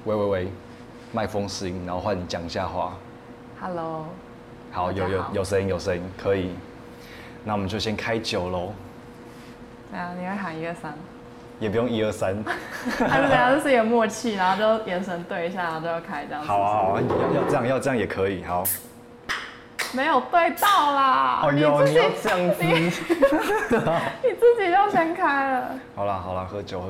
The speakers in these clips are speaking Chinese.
喂，麦克风试音，然后换你讲一下话。 Hello。 好，有声音，可以。那我们就先开酒喽。 对啊，你会喊1、2、3。 也不用1、2、3。 还是怎样？这是一个默契，然后就眼神对一下，然后就要开这样子。 好啊，要这样也可以。好。 没有对到啦！ 哎呦，你要这样子， 你自己就先开了。 好啦，喝酒。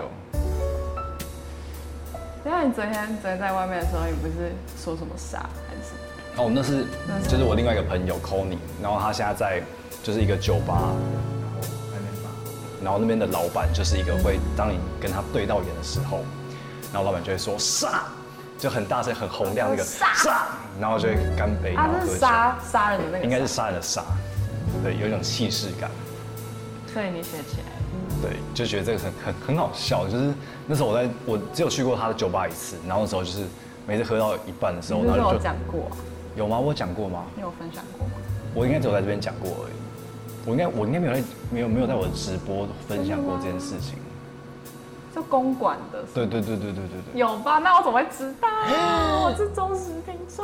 等下你昨天在外面的时候，你不是说什么傻还是什么？ 哦，那是就是我另外一个朋友 Conny， 然后他现在在就是一个酒吧，然后那边的老板就是一个会当你跟他对到眼的时候，然后老板就会说杀，就很大声很洪亮那个杀，然后就会干杯，然后喝酒。 杀人的那个？ 应该是杀人的杀，对，有一种气势感。 所以你学起来。 对，就觉得这个很好笑，就是那时候我只有去过他的酒吧一次，然后那时候就是每次喝到一半的时候， 然后就讲过。 有吗？我有讲过吗？ 你有分享过吗？ 我应该只有在这边讲过而已。我应该没有在我的直播分享过这件事情。 就公馆的。 对。 有吧？那我怎么会知道？我是忠实听众。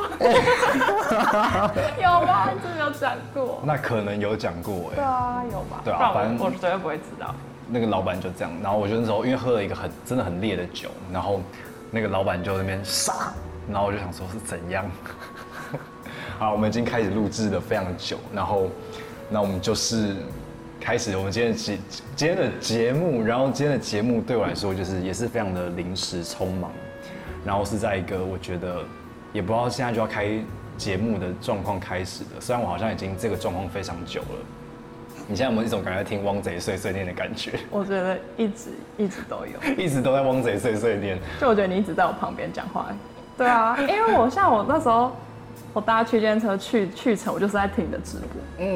有吗？你真的有讲过？ 那可能有讲过哎。 对啊，有吧？ 对啊，反正我绝对不会知道。 那个老板就这样，然后我就那时候因为喝了一个真的很烈的酒，然后那个老板就在那边杀，然后我就想说是怎样。好，我们已经开始录制了非常久，然后那我们就是开始我们今天的节目，然后今天的节目对我来说就是也是非常的临时匆忙，然后是在一个我觉得也不知道现在就要开节目的状况开始的，虽然我好像已经这个状况非常久了。你现在有没有一种感觉在听汪贼碎碎念的感觉？ 我觉得一直都有， 一直都在汪贼碎碎念。 就我觉得你一直在我旁边讲话。对啊，因为我那时候我搭区间车去程，我就是在听你的直播。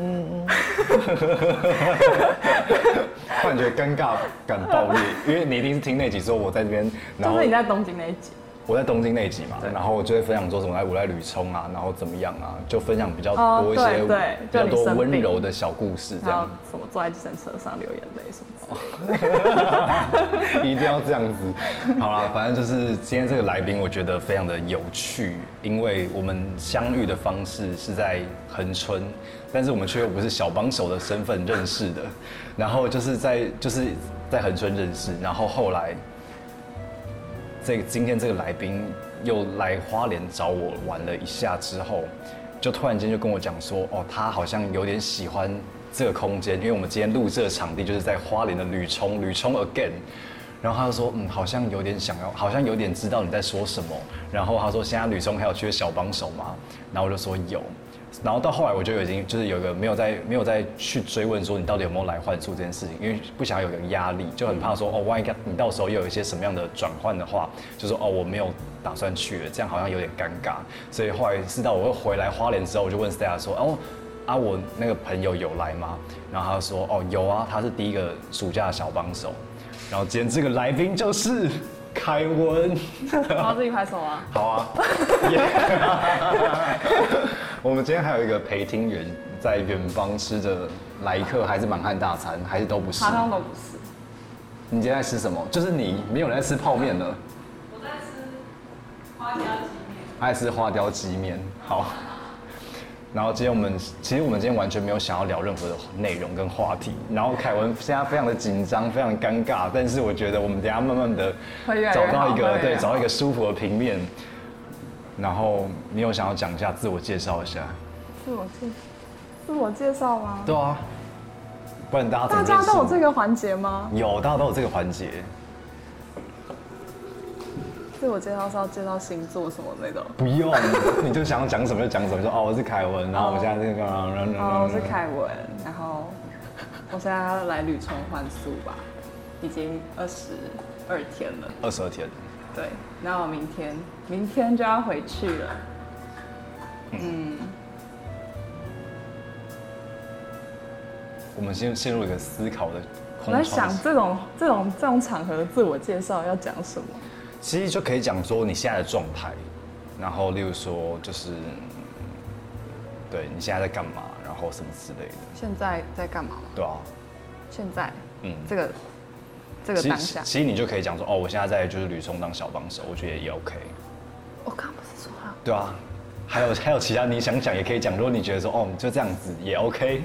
突然觉得尴尬感爆裂，因为你一定是听那集说我在这边， 就是你在东京那一集。 我在东京那一集嘛，然后我就会分享说什么我在旅冲啊，然后怎么样啊，就分享比较多一些比较多温柔的小故事这样。 什么坐在计程车上流眼泪什么之类的。 一定要这样子。好啦，反正就是今天这个来宾，我觉得非常的有趣，因为我们相遇的方式是在恒春，但是我们却又不是小帮手的身份认识的，然后就是在恒春认识，然后后来。今天这个来宾又来花莲找我玩了一下之后，就突然间就跟我讲说，哦，他好像有点喜欢这个空间，因为我们今天录制的场地就是在花莲的旅冲 again， 然后他就说，好像有点想要，好像有点知道你在说什么，然后他说现在旅冲还有缺小帮手吗？然后我就说有。然后到后来我就已经就是有一个没有再去追问说你到底有没有来换宿这件事情，因为不想要有个压力，就很怕说万一你到时候又有一些什么样的转换的话，就说我没有打算去了，这样好像有点尴尬。所以后来知道我会回来花莲之后，我就问 Stella 说我那个朋友有来吗？然后他就说有啊，他是第一个暑假的小帮手。然后今天这个来宾就是凯文。 我要自己拍手啊。 好啊。我们今天还有一个陪听员在远方吃着来客还是满汉大餐，还是都不是？ 好像都不是。 你今天在吃什么？就是你没有人在吃泡面了。 我在吃花雕鸡面。 爱吃花雕鸡面，好。然后其实我们今天完全没有想要聊任何的内容跟话题。然后凯文现在非常的紧张，非常尴尬，但是我觉得我们等一下慢慢的找到一个舒服的平面。然后你有想要讲一下自我介绍一下？自我介绍吗？对啊，不然大家都有这个环节吗？ 有，大家都有这个环节。 自我介绍是要介绍星座什么那种？ 不用，你就想要讲什么就讲什么，说我是凯文，然后我现在这个， 我是凯文，然后我现在要来旅冲换宿吧，已经22天了。 22天。 对，然后我明天就要回去了。 我们先陷入一个思考的空我在想这种场合的自我介绍要讲什么？ 其实就可以讲说你现在的状态，然后例如说就是对你现在在干嘛，然后什么之类的。 现在在干嘛吗？ 对啊。 现在， 这个当下， 其实你就可以讲说，哦，我现在在就是旅冲当小帮手，我觉得也 OK。 我刚不是说了？ 对啊，还有其他你想讲也可以讲，如果你觉得说，哦，就这样子也 OK。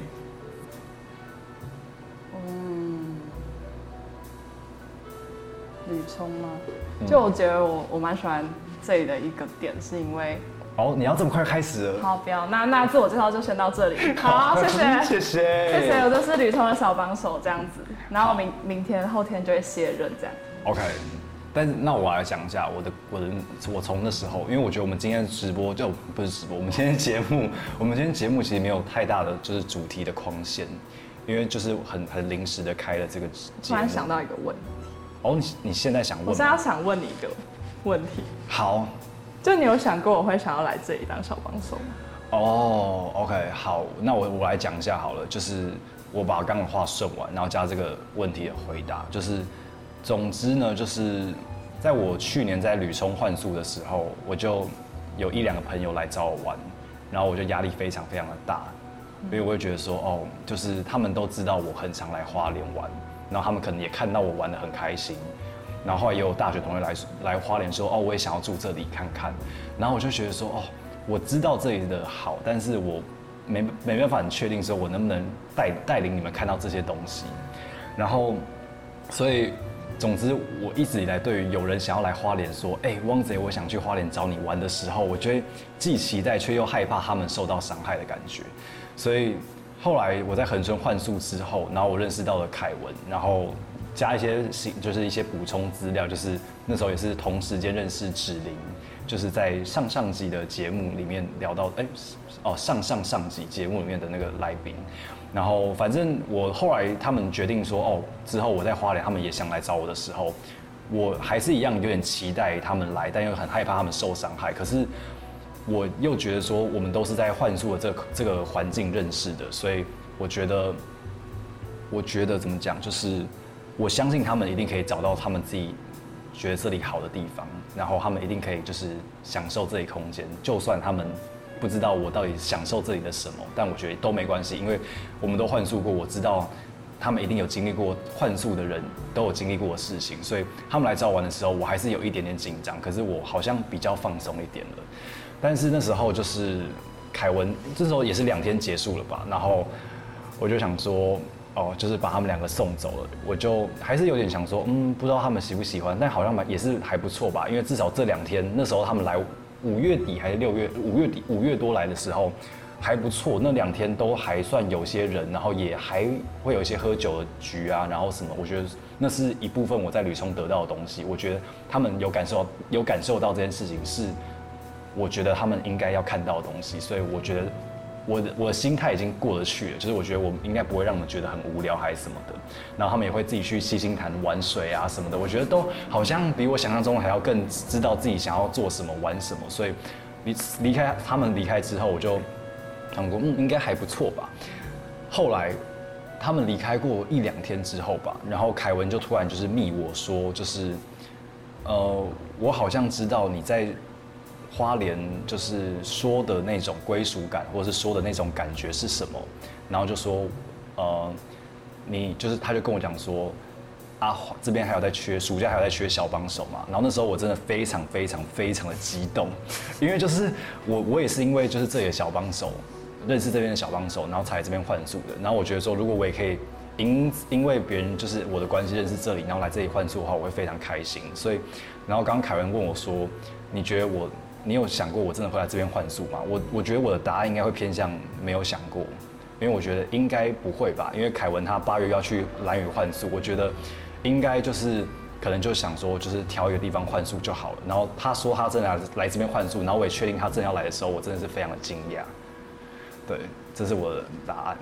旅冲吗？就我觉得我蛮喜欢这里的一个点，是因为哦，你要这么快开始了？ 好，不要，那自我介绍就先到这里。好，谢谢， 谢谢， 我就是旅冲的小帮手这样子，然后明天后天就会卸任这样。 OK， 但是那我来讲一下我从那时候，因为我觉得我们今天直播就不是直播，我们今天节目其实没有太大的就是主题的框限，因为就是很临时的开了这个节目。 突然想到一个问题。 哦，你现在想问？ 我现在想问你一个问题。 好。 就你有想过我会想要来这里当小帮手吗？ 哦 ，OK， 好，那我来讲一下好了，就是我把刚刚的话顺完，然后加这个问题的回答，就是总之呢，就是在我去年在旅冲换宿的时候，我就有1-2个朋友来找我玩，然后我就压力非常非常的大，因为我会觉得说，哦，就是他们都知道我很常来花莲玩，然后他们可能也看到我玩得很开心。然后后来也有大学同学来花莲说，哦，我也想要住这里看看。然后我就觉得说，哦，我知道这里的好，但是我没办法很确定说我能不能带领你们看到这些东西。然后，所以总之我一直以来对于有人想要来花莲说，哎，汪贼，我想去花莲找你玩的时候，我觉得既期待却又害怕他们受到伤害的感觉。所以后来我在恒春换宿之后，然后我认识到了凯文，然后加一些就是一些补充资料，就是那时候也是同时间认识芷玲，就是在上集的节目里面聊到，上集节目里面的那个来宾，然后反正我后来他们决定说，哦，之后我在花莲，他们也想来找我的时候，我还是一样有点期待他们来，但又很害怕他们受伤害，可是我又觉得说，我们都是在换宿的这个环境认识的，所以我觉得怎么讲，就是我相信他们一定可以找到他们自己觉得这里好的地方，然后他们一定可以就是享受这里空间，就算他们不知道我到底享受这里的什么，但我觉得都没关系，因为我们都换宿过，我知道他们一定有经历过换宿的人都有经历过的事情，所以他们来找我玩的时候，我还是有一点点紧张，可是我好像比较放松一点了。但是那时候就是凯文，这时候也是2天结束了吧，然后我就想说，哦，就是把他们2个送走了，我就还是有点想说，不知道他们喜不喜欢，但好像也是还不错吧，因为至少这2天，那时候他们来5月底还是6月，5月多来的时候还不错，那2天都还算有些人，然后也还会有一些喝酒的局啊，然后什么，我觉得那是一部分我在旅冲得到的东西，我觉得他们有感受到这件事情是，我觉得他们应该要看到的东西，所以我觉得我的心态已经过得去了，就是我觉得我应该不会让他们觉得很无聊还是什么的，然后他们也会自己去七星潭玩水啊什么的，我觉得都好像比我想象中还要更知道自己想要做什么玩什么，所以他们离开之后，我就想过应该还不错吧。后来他们离开过1-2天之后吧，然后凯文就突然就是密我说，就是我好像知道你在花莲就是说的那种归属感，或者是说的那种感觉是什么？然后就说，你就是他就跟我讲说，啊，这边还有在缺暑假还有在缺小帮手嘛。然后那时候我真的非常非常非常的激动，因为就是我也是因为就是这里的小帮手认识这边的小帮手，然后才来这边换宿的。然后我觉得说，如果我也可以因为别人就是我的关系认识这里，然后来这里换宿的话，我会非常开心。所以，然后刚刚凯文问我说，你觉得你有想过我真的会来这边换宿吗？我觉得我的答案应该会偏向没有想过，因为我觉得应该不会吧，因为凯文他8月要去兰屿换宿，我觉得应该就是可能就想说就是挑一个地方换宿就好了。然后他说他真的来这边换宿，然后我也确定他真的要来的时候，我真的是非常的惊讶。对，这是我的答案。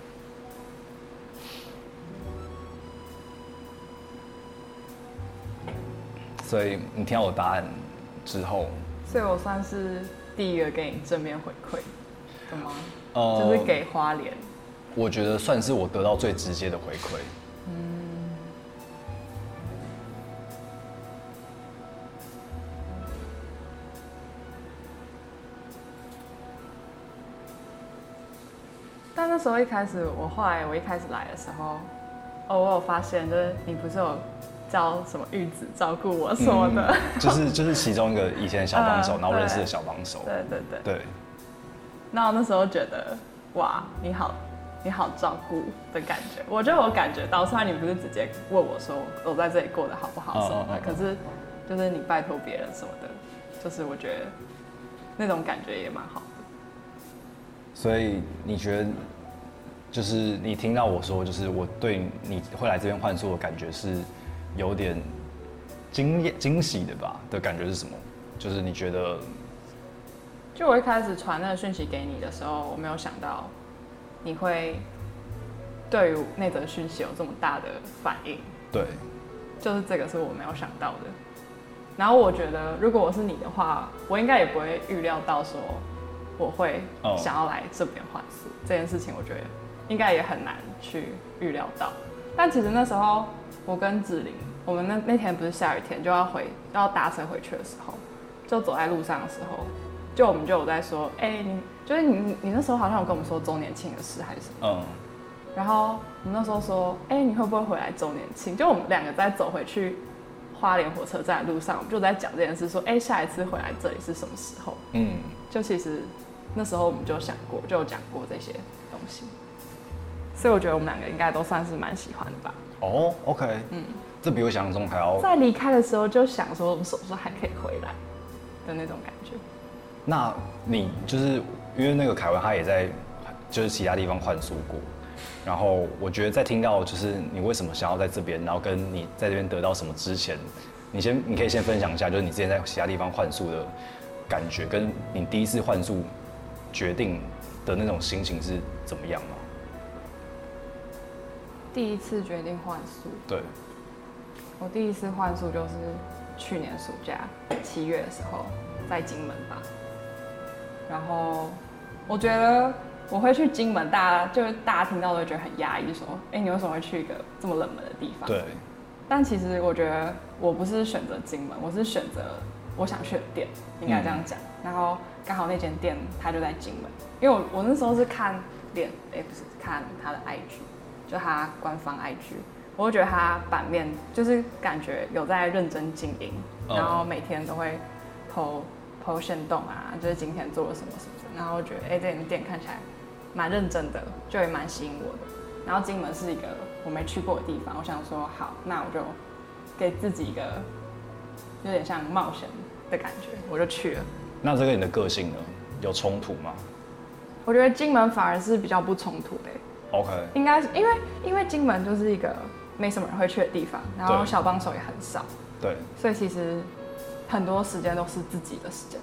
所以你听到我答案之后。 所以我算是第一个给你正面回馈的吗？就是给花莲。 我觉得算是我得到最直接的回馈。 但那时候后来我一开始来的时候， 哦，我有发现，就是你不是有叫什么玉子照顾我什么的， 就是其中一个以前的小帮手，然后认识的小帮手。对。 那我那时候觉得，哇，你好照顾的感觉。我觉得我感觉到，虽然你不是直接问我说我在这里过得好不好什么的，可是就是你拜托别人什么的，就是我觉得那种感觉也蛮好的。 所以你觉得，就是你听到我说，就是我对你会来这边换宿的感觉是有点惊喜的吧？的感觉是什么？就是你觉得， 就我一开始传那个讯息给你的时候，我没有想到你会对于那则讯息有这么大的反应。 对， 就是这个是我没有想到的。然后我觉得，如果我是你的话，我应该也不会预料到说我会想要来这边换宿这件事情，我觉得应该也很难去预料到。但其实那时候我跟子琳，我们那天不是下雨天，就要搭车回去的时候，就走在路上的时候，我们就有在说，你那时候好像有跟我们说周年庆的事还是什么，然后我们那时候说，你会不会回来周年庆？就我们两个在走回去花莲火车站的路上，我们就在讲这件事，说，下一次回来这里是什么时候？就其实那时候我们就想过，就有讲过这些东西，所以我觉得我们两个应该都算是蛮喜欢的吧。 哦 ，OK，这比我想象中还要。 在离开的时候就想说，我们什么时候还可以回来的那种感觉。 那你就是因为那个凯文他也在就是其他地方换宿过，然后我觉得在听到就是你为什么想要在这边，然后跟你在这边得到什么之前，你可以先分享一下，就是你之前在其他地方换宿的感觉，跟你第一次换宿决定的那种心情是怎么样吗？ 第一次决定换宿， 对， 我第一次换宿就是去年暑假7月的时候，在金门吧。然后我觉得我会去金门，大家听到都会觉得很压抑，说，你为什么会去一个这么冷门的地方？ 对。 但其实我觉得我不是选择金门，我是选择我想去的店，应该这样讲。然后刚好那间店它就在金门，因为我那时候是看不是看它的 IG， 就它官方 IG， 我会觉得它版面就是感觉有在认真经营，然后每天都会po限动啊，就是今天做了什么什么的，然后我觉得这间店看起来蛮认真的，就也蛮吸引我的。然后金门是一个我没去过的地方，我想说好，那我就给自己一个有点像冒险的感觉，我就去了。 那这跟你的个性呢有冲突吗？ 我觉得金门反而是比较不冲突的。 OK， 应该是因为金门就是一个没什么人会去的地方，然后小帮手也很少， 对， 所以其实很多时间都是自己的时间，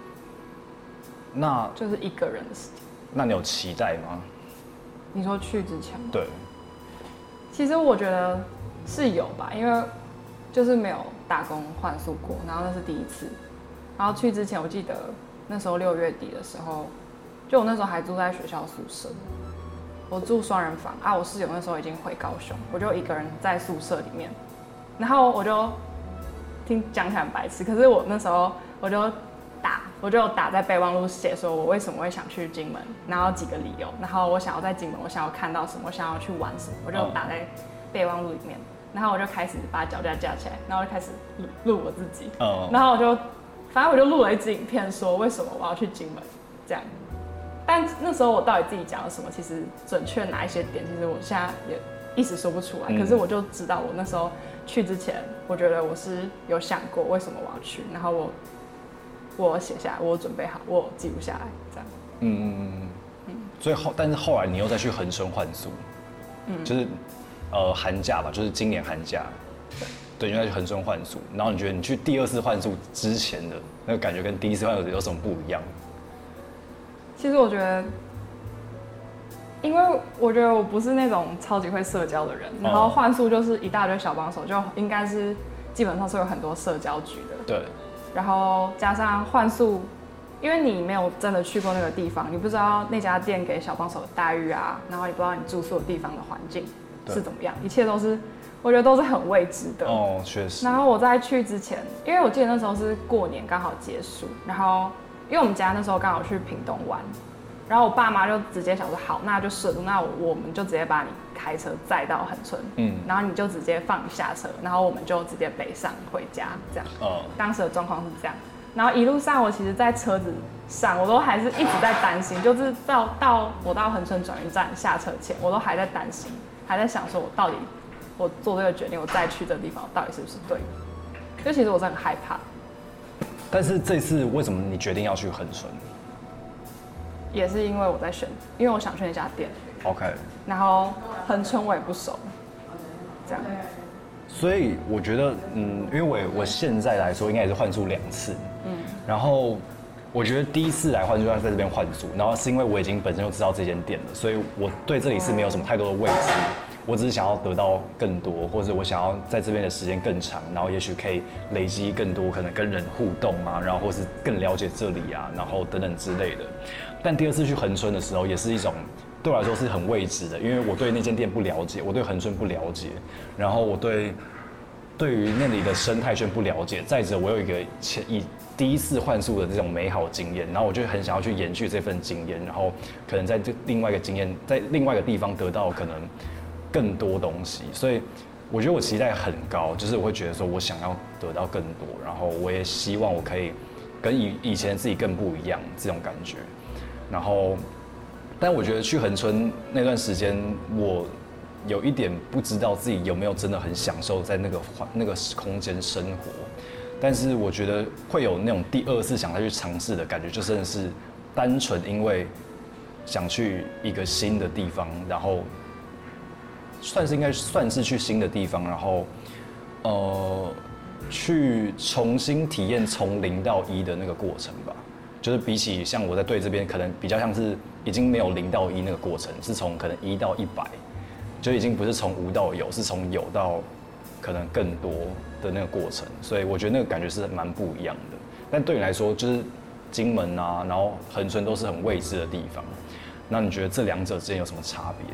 那就是一个人的时间。 那你有期待吗？ 你说去之前吗？ 对， 其实我觉得是有吧，因为就是没有打工换宿过，然后那是第一次。然后去之前，我记得那时候6月底的时候，就我那时候还住在学校宿舍，我住双人房啊，我室友那时候已经回高雄，我就一个人在宿舍里面，然后我就讲起来很白痴，可是我那时候我就打在备忘录写说我为什么会想去金门，然后几个理由，然后我想要在金门，我想要看到什么，我想要去玩什么，我就打在备忘录里面，然后我就开始把脚架架起来，然后我就开始录我自己，然后反正我就录了一支影片说为什么我要去金门这样，但那时候我到底自己讲了什么，其实准确哪一些点，其实我现在也一时说不出来，可是我就知道我那时候去之前，我觉得我是有想过为什么我要去，然后我写下来，我准备好，我记录下来，这样。 所以但是后来你又再去恒春换宿，就是寒假吧，就是今年寒假，对，你要去恒春换宿，然后你觉得你去第二次换宿之前的那个感觉跟第一次换宿有什么不一样？ 其实我觉得，因为我觉得我不是那种超级会社交的人，然后换宿就是一大堆小帮手，就应该是基本上是有很多社交局的。 对。 然后加上换宿，因为你没有真的去过那个地方，你不知道那家店给小帮手的待遇啊，然后你不知道你住宿的地方的环境是怎么样，一切都是我觉得都是很未知的。 哦，确实。 然后我在去之前，因为我记得那时候是过年刚好结束，然后因为我们家那时候刚好去屏东玩， 然后我爸妈就直接想说好，那就顺路，那我们就直接把你开车载到恒春，然后你就直接放你下车，然后我们就直接北上回家这样。当时的状况是这样。然后一路上，我其实，在车子上，我都还是一直在担心，就是我到恒春转运站下车前，我都还在担心，还在想说，我做这个决定，我再去这个地方，到底是不是对的？就其实我是很害怕。 但是这次为什么你决定要去恒春？ 也是因为因为我想去那家店。 OK。 然后恒春我也不熟，这样。 所以我觉得，因为我现在来说应该也是换宿2次，然后我觉得第一次来换宿在这边换宿，然后是因为我已经本身就知道这间店了，所以我对这里是没有什么太多的位置，我只是想要得到更多，或者我想要在这边的时间更长，然后也许可以累积更多可能跟人互动啊，然后或是更了解这里啊，然后等等之类的。但第2次去恒春的时候，也是一种对我来说是很未知的，因为我对那间店不了解，我对恒春不了解，然后我对于那里的生态圈不了解，再者我有一个第一次换宿的这种美好经验，然后我就很想要去延续这份经验，然后可能在另外一个经验，在另外一个地方得到可能更多东西，所以我觉得我期待很高，就是我会觉得说我想要得到更多，然后我也希望我可以跟以前自己更不一样这种感觉，然后，但我觉得去恒春那段时间，我有一点不知道自己有没有真的很享受在那个空间生活，但是我觉得会有那种第2次想再去尝试的感觉，就真的是单纯因为想去一个新的地方，然后应该算是去新的地方，然后去重新体验从0到1的那个过程吧。就是比起像我在队这边，可能比较像是已经没有0到1那个过程，是从可能1到100。就已经不是从无到有，是从有到可能更多的那个过程，所以我觉得那个感觉是蛮不一样的。但对你来说，就是金门啊，然后恒春都是很未知的地方。那你觉得这2者之间有什么差别？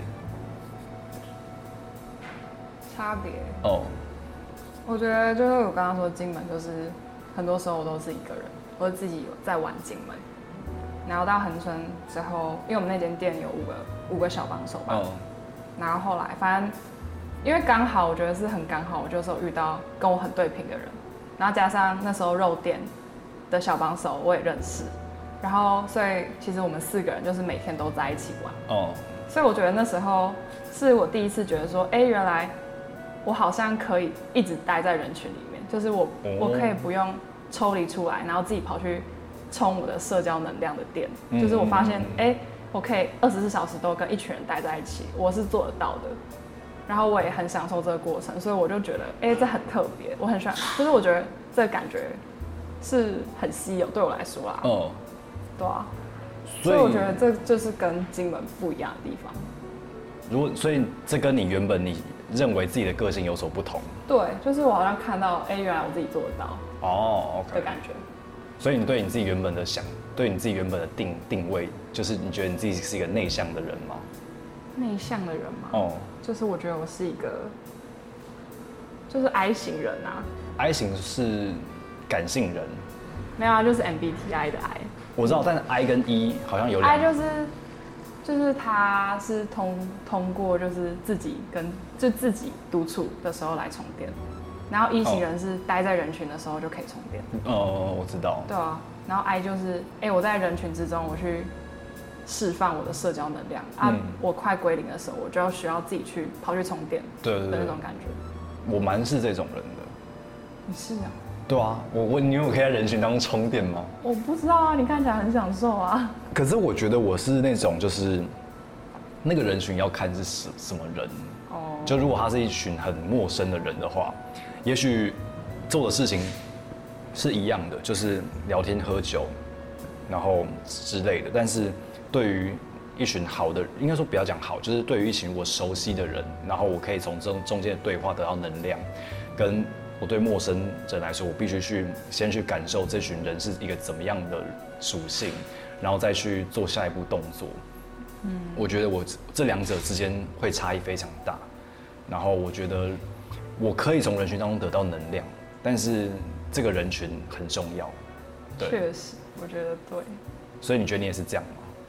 差别我觉得就是我刚刚说金门，就是很多时候我都是一个人，我自己有在玩金门。然后到恒春之后，因为我们那间店有5个小帮手吧。然后后来，反正因为刚好，我觉得是很刚好，我就是有遇到跟我很对频的人，然后加上那时候肉店的小帮手我也认识，然后所以其实我们4个人就是每天都在一起玩。所以我觉得那时候是我第一次觉得说，原来我好像可以一直待在人群里面，就是我可以不用抽离出来，然后自己跑去冲我的社交能量的店，就是我发现我可以24小时都跟一群人待在一起，我是做得到的。然后我也很享受这个过程，所以我就觉得，这很特别，我很喜欢。就是我觉得这个感觉是很稀有，对我来说啦。对啊。所以我觉得这就是跟金门不一样的地方。所以这跟你原本你认为自己的个性有所不同。对，就是我好像看到，原来我自己做得到。OK。的感觉。 所以你对你自己原本的对你自己原本的定位，就是你觉得你自己是一个内向的人吗？ 内向的人吗？就是我觉得我是一个，就是 I 型人啊。 I 型是感性人。 没有啊，就是 MBTI 的 I。 我知道，但是 I 跟 E 好像有点。 I 就是他是通过就是自己独处的时候来充电。然后 E 型人是待在人群的时候就可以充电。 我知道。 对啊，然后 I 就是我在人群之中我去释放我的社交能量我快归零的时候，我就需要自己跑去充电。对的那种感觉。我蛮是这种人的。你是啊？对啊，你有可以在人群当中充电吗？我不知道啊，你看起来很享受啊。可是我觉得我是那种就是那个人群要看是什么人。就如果他是一群很陌生的人的话，也许做的事情是一样的，就是聊天喝酒，然后之类的。但是对于一群好的，应该说不要讲好，就是对于一群我熟悉的人，然后我可以从中间的对话得到能量。跟我对陌生人来说，我必须先去感受这群人是一个怎么样的属性，然后再去做下一步动作。我觉得我这2者之间会差异非常大。然后我觉得我可以从人群当中得到能量，但是这个人群很重要。对，确实，我觉得对。所以你觉得你也是这样吗？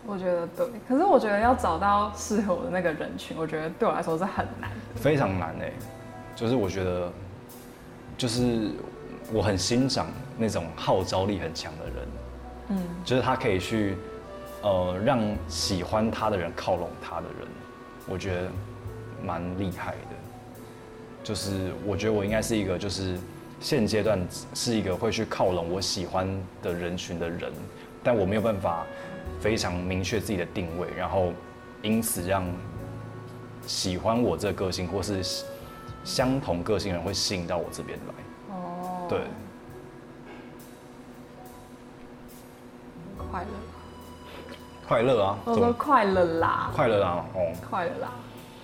我觉得对，可是我觉得要找到适合我的那个人群，我觉得对我来说是很难的， 非常难哎。就是我觉得，就是我很欣赏那种号召力很强的人，就是他可以去让喜欢他的人靠拢他的人，我觉得蛮厉害的。就是我觉得我应该是一个，就是现阶段是一个会去靠拢我喜欢的人群的人，但我没有办法非常明确自己的定位，然后因此让喜欢我这个个性或是相同个性的人会吸引到我这边来。哦，对， 快乐， 快乐啊！ 我说快乐啦， 快乐啊！哦， 快乐啦。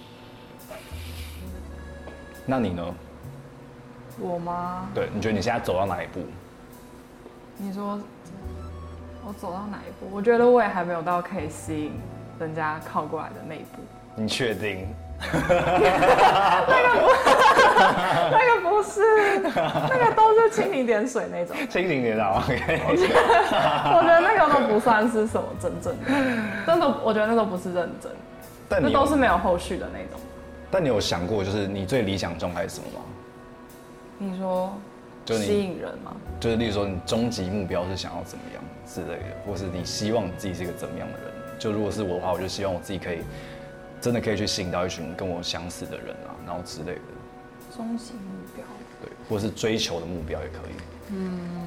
那你呢？ 我吗？ 对，你觉得你现在走到哪一步？ 你说我走到哪一步？我觉得我也还没有到可以吸引人家靠过来的那一步。 你确定？ 那个不是，那个都是蜻蜓点水那种。 蜻蜓点水 ，OK。 我觉得那个都不算是什么真正的，真的，我觉得那都不是认真，那都是没有后续的那种。 但你有想过，就是你最理想状态是什么吗？ 你说吸引人吗？ 就是例如说，你终极目标是想要怎么样之类的，或是你希望你自己是一个怎么样的人？就如果是我的话，我就希望我自己可以真的可以去吸引到一群跟我相似的人啊，然后之类的。 终极目标。 对，或是追求的目标也可以。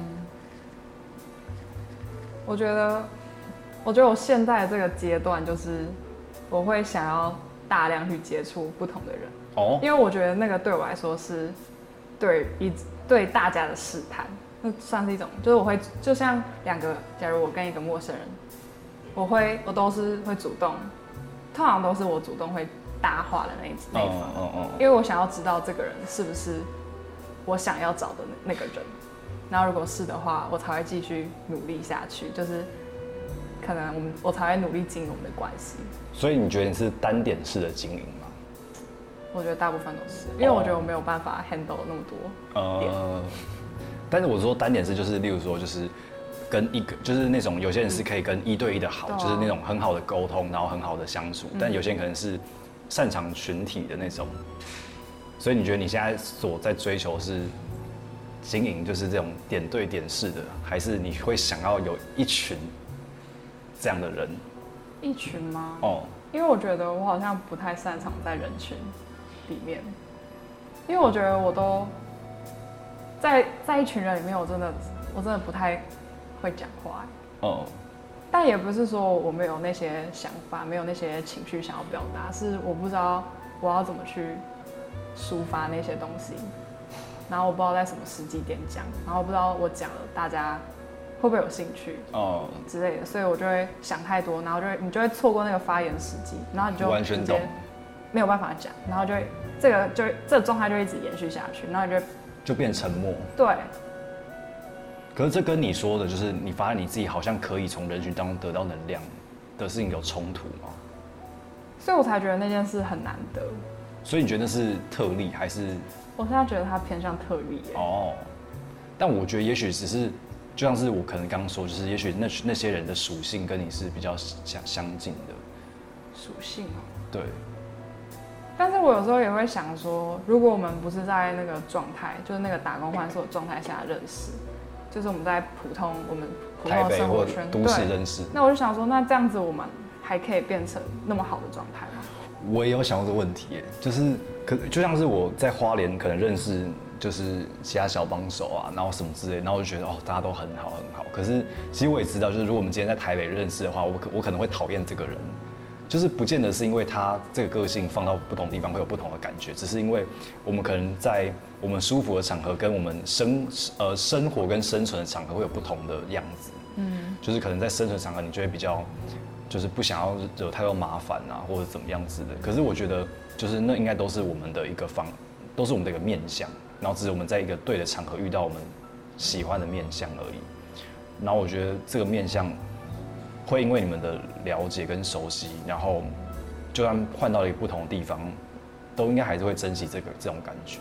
我觉得我现在的这个阶段，就是我会想要大量去接触不同的人。哦。因为我觉得那个对我来说是对大家的试探，那算是一种，就是我会就像假如我跟一个陌生人，我都是会主动，通常都是我主动会搭话的那一方，因为我想要知道这个人是不是我想要找的那个人，然后如果是的话，我才会继续努力下去，就是可能我才会努力经营我们的关系。 所以你觉得你是单点式的经营吗？ 我觉得大部分都是，因为我觉得我没有办法 handle 那么多点。 但是我说单点式就是，例如说就是跟一个，就是那种有些人是可以跟1对1的好，就是那种很好的沟通，然后很好的相处，但有些人可能是擅长群体的那种。所以你觉得你现在所在追求是经营，就是这种点对点式的，还是你会想要有一群这样的人？ 一群吗？哦，因为我觉得我好像不太擅长在人群里面，因为我觉得我都在一群人里面，我真的不太会讲话。哦，但也不是说我没有那些想法，没有那些情绪想要表达，是我不知道我要怎么去抒发那些东西，然后我不知道在什么时机点讲，然后不知道我讲了大家会不会有兴趣之类的，所以我就会想太多，然后你就会错过那个发言时机，然后你就完全懂， 没有办法讲，然后这个状态就一直延续下去，然后你就变沉默。 对。 可是这跟你说的，就是你发现你自己好像可以从人群当中得到能量的事情有冲突吗？ 所以我才觉得那件事很难得。 所以你觉得那是特例还是？ 我现在觉得它偏向特例耶。哦， 但我觉得也许只是，就像是我可能刚刚说，就是也许那些人的属性跟你是比较相近的。 属性哦。 对。 但是我有时候也会想说，如果我们不是在那个状态，就是那个打工换宿的状态下认识，就是我们在普通的生活圈、 都市认识， 那我就想说，那这样子我们还可以变成那么好的状态吗？ 我也有想过这个问题耶，就是就像是我在花莲可能认识就是其他小帮手啊，然后什么之类，然后我就觉得大家都很好很好。可是其实我也知道，就是如果我们今天在台北认识的话，我可能会讨厌这个人。就是不见得是因为他这个个性放到不同地方会有不同的感觉，只是因为我们可能在我们舒服的场合跟我们生活跟生存的场合会有不同的样子。就是可能在生存场合你就会比较就是不想要惹太多麻烦啊，或者怎么样子的。可是我觉得就是那应该都是我们的一个都是我们的一个面向，然后只是我们在一个对的场合遇到我们喜欢的面向而已。然后我觉得这个面向会因为你们的了解跟熟悉，然后就算换到了一个不同的地方，都应该还是会珍惜这种感觉。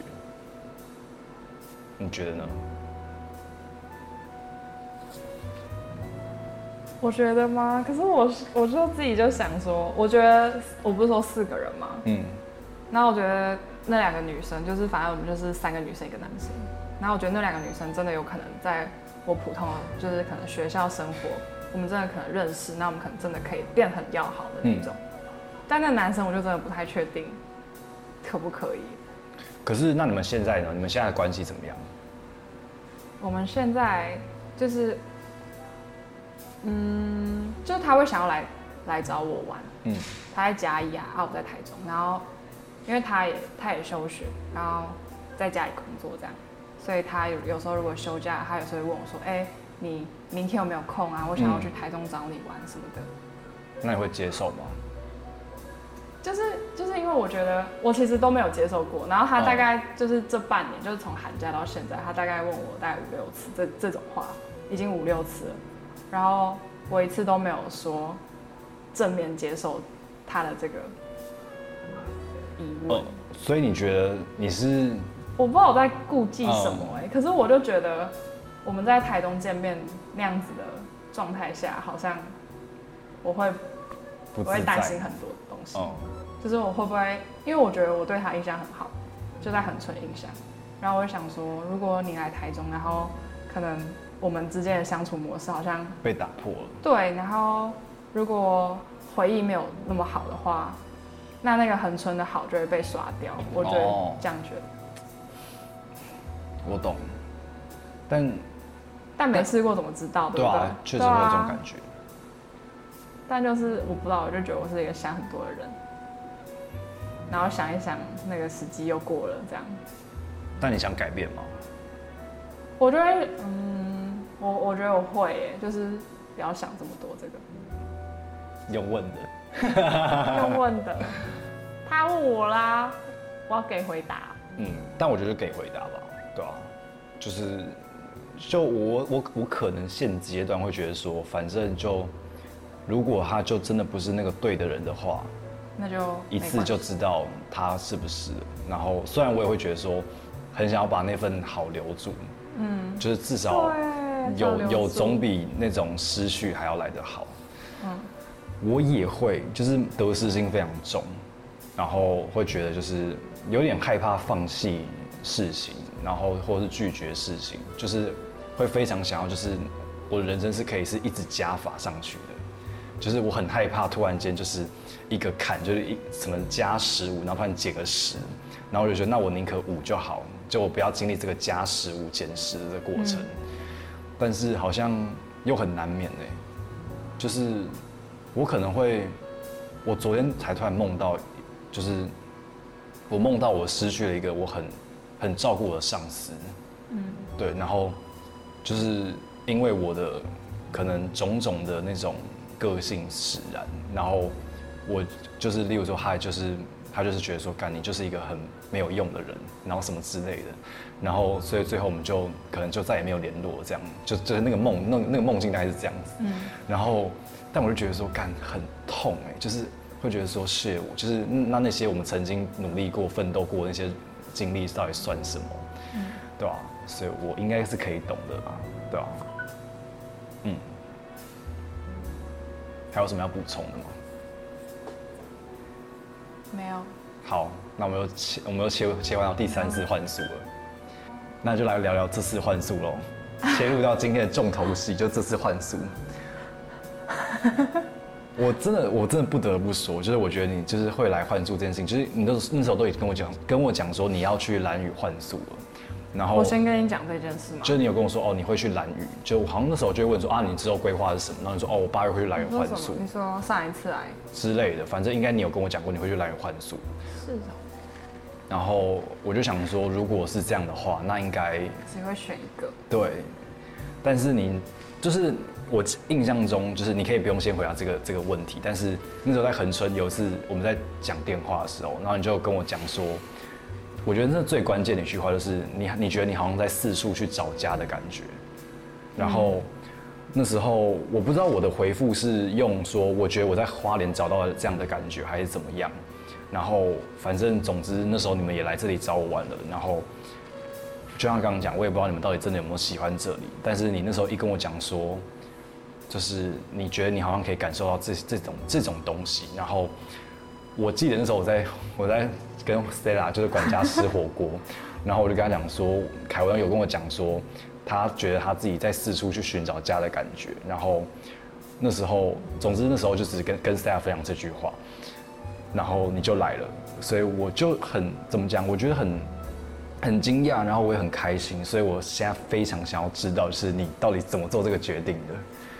你觉得呢？ 我觉得吗？可是我就自己就想说，我觉得我不是说4个人吗？然后我觉得那2个女生，就是反正我们就是3个女生1个男生。然后我觉得那2个女生真的有可能在我普通的就是可能学校生活，我们真的可能认识，那我们可能真的可以变很要好的那种。但那个男生我就真的不太确定可不可以。 可是那你们现在呢？你们现在的关系怎么样？ 我们现在就是，就是他会想要来找我玩。他在嘉义啊，我在台中，然后因为他也休学，然后在家里工作这样，所以他有时候如果休假，他有时候会问我说：“你明天有没有空啊？我想要去台中找你玩什么的。” 那你会接受吗？ 就是因为我觉得我其实都没有接受过，然后他大概就是这半年，就是从寒假到现在，他大概问我大概5、6次这种话，已经5、6次了，然后我一次都没有说正面接受他的这个疑问。 所以你觉得你是？ 我不知道我在顾忌什么可是我就觉得我们在台东见面那样子的状态下，好像我会担心很多东西。就是我会不会，因为我觉得我对他印象很好，就在恒春印象，然后我就想说，如果你来台中，然后可能我们之间的相处模式好像被打破了。对， 然后如果回忆没有那么好的话，那个恒春的好就会被刷掉。我觉得这样觉得。 我懂， 但没试过怎么知道，对不对？ 确实会有这种感觉。 但就是我不知道，我就觉得我是一个想很多的人。然后想一想，那个时机又过了，这样。 但你想改变吗？ 我觉得，我觉得我会就是不要想这么多这个。 用问的。 用问的。他问我啦，我要给回答。 但我觉得给回答吧，对啊，就我可能现阶段会觉得说，反正如果他就真的不是那个对的人的话。 那就一次就知道他是不是，然后虽然我也会觉得说，很想要把那份好留住，就是至少有总比那种失去还要来得好。我也会就是得失心非常重，然后会觉得就是有点害怕放弃事情，然后或者是拒绝事情，就是会非常想要就是我的人生是可以是一直加法上去的。就是我很害怕突然间就是一个坎，就是什么加15，然后突然减个10，然后我就觉得那我宁可5就好，就我不要经历这个加15减10的过程。但是好像又很难免就是我可能会，我昨天才突然梦到，就是我梦到我失去了一个我很照顾我的上司，对，然后就是因为我的可能种种的那种。个性使然，然后我就是例如说他就是觉得说干你就是一个很没有用的人，然后什么之类的，然后所以最后我们就可能就再也没有联络，这样就是那个梦境大概是这样子，然后但我就觉得说干很痛就是会觉得说是我就是那些我们曾经努力过奋斗过的那些经历到底算什么，对吧？所以我应该是可以懂的吧，对吧？还有什么要补充的吗？ 没有。 好，那我们又切换到第3次换宿了，那就来聊聊这次换宿喽。切入到今天的重头戏，就这次换宿。我真的不得不说，就是我觉得你就是会来换宿这件事情，就是你那时候都已经跟我讲说你要去兰屿换宿了。然后我先跟你讲这件事嘛， 就是你有跟我说你会去兰屿，就好像那时候就会问说你之后规划是什么？然后你说我8月会去兰屿换宿。 你说上一次来之类的，反正应该你有跟我讲过你会去兰屿换宿。 是的。 然后我就想说，如果是这样的话，那应该只会选一个。 对，但是你就是我印象中，就是你可以不用先回答这个问题，但是那时候在恒春有一次我们在讲电话的时候，然后你就跟我讲说。我觉得那最关键的一句话就是你觉得你好像在四处去找家的感觉，然后那时候我不知道我的回复是用说我觉得我在花莲找到了这样的感觉还是怎么样，然后反正总之那时候你们也来这里找我玩了，然后就像刚刚讲，我也不知道你们到底真的有没有喜欢这里，但是你那时候一跟我讲说就是你觉得你好像可以感受到这种东西。然后我记得那时候我在跟 Stella 就是管家吃火锅，然后我就跟他讲说，凯文有跟我讲说，他觉得他自己在四处去寻找家的感觉。然后那时候，总之那时候就只跟 Stella 分享这句话，然后你就来了，所以我就怎么讲？我觉得很惊讶，然后我也很开心，所以我现在非常想要知道，就是你到底怎么做这个决定的？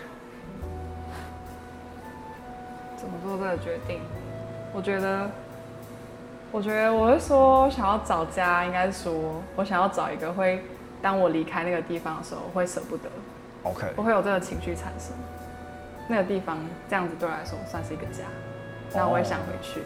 怎么做这个决定？我觉得我会说想要找家，应该是说我想要找一个会，当我离开那个地方的时候，我会舍不得。 OK， 我会有这个情绪产生。那个地方这样子对我来说算是一个家，然后我也想回去。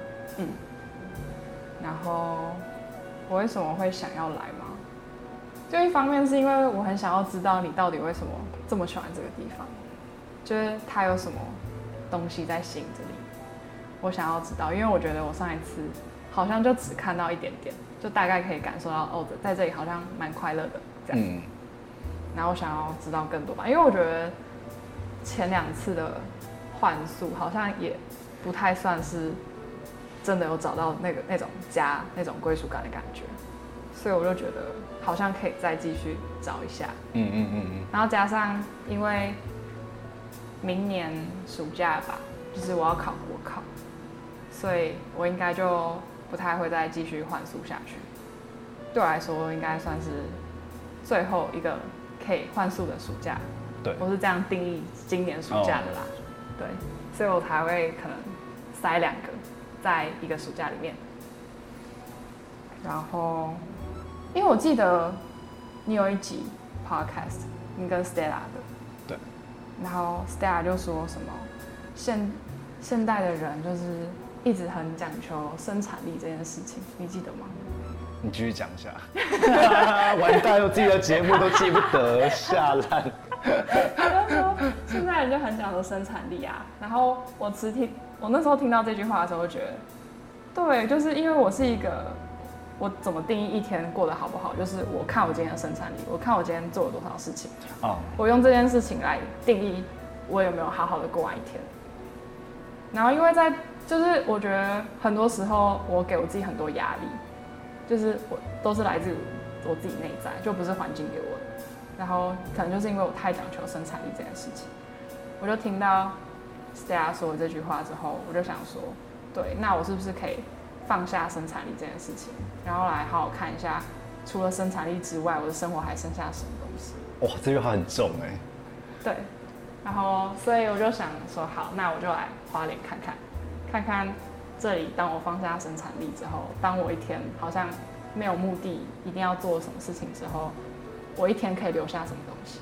然后我为什么会想要来吗？就一方面是因为我很想要知道你到底为什么这么喜欢这个地方，就是它有什么东西在吸引着你。我想要知道，因为我觉得我上一次好像就只看到一点点，就大概可以感受到哦，在这里好像蛮快乐的这样。然后我想要知道更多吧，因为我觉得前2次的换宿好像也不太算是真的有找到那种家那种归属感的感觉，所以我就觉得好像可以再继续找一下。然后加上因为明年暑假吧，就是我要考国考，所以我应该就不太会再继续换宿下去。对我来说，应该算是最后一个可以换宿的暑假。 对， 我是这样定义今年暑假的啦。对，所以我才会可能塞2个在一个暑假里面。然后，因为我记得你有一集 podcast， 你跟 Stella 的。 对。 然后 Stella 就说什么现代的人就是一直很讲求生产力这件事情，你记得吗？ 你继续讲一下。完蛋，我自己的节目都记不得，下烂。 他就说现在人就很讲究生产力啊。然后我那时候听到这句话的时候，就觉得，对，就是因为我是一个，我怎么定义一天过得好不好，就是我看我今天的生产力，我看我今天做了多少事情，我用这件事情来定义我有没有好好的过完一天。然后因为就是我觉得很多时候我给我自己很多压力，就是我都是来自于我自己内在，就不是环境给我的。然后可能就是因为我太讲求生产力这件事情，我就听到 Stella 说这句话之后，我就想说，对，那我是不是可以放下生产力这件事情，然后来好好看一下，除了生产力之外，我的生活还剩下什么东西？ 哇，这句话很重哎。 对，然后所以我就想说，好，那我就来花莲看看这里。当我放下生产力之后，当我一天好像没有目的，一定要做什么事情之后，我一天可以留下什么东西？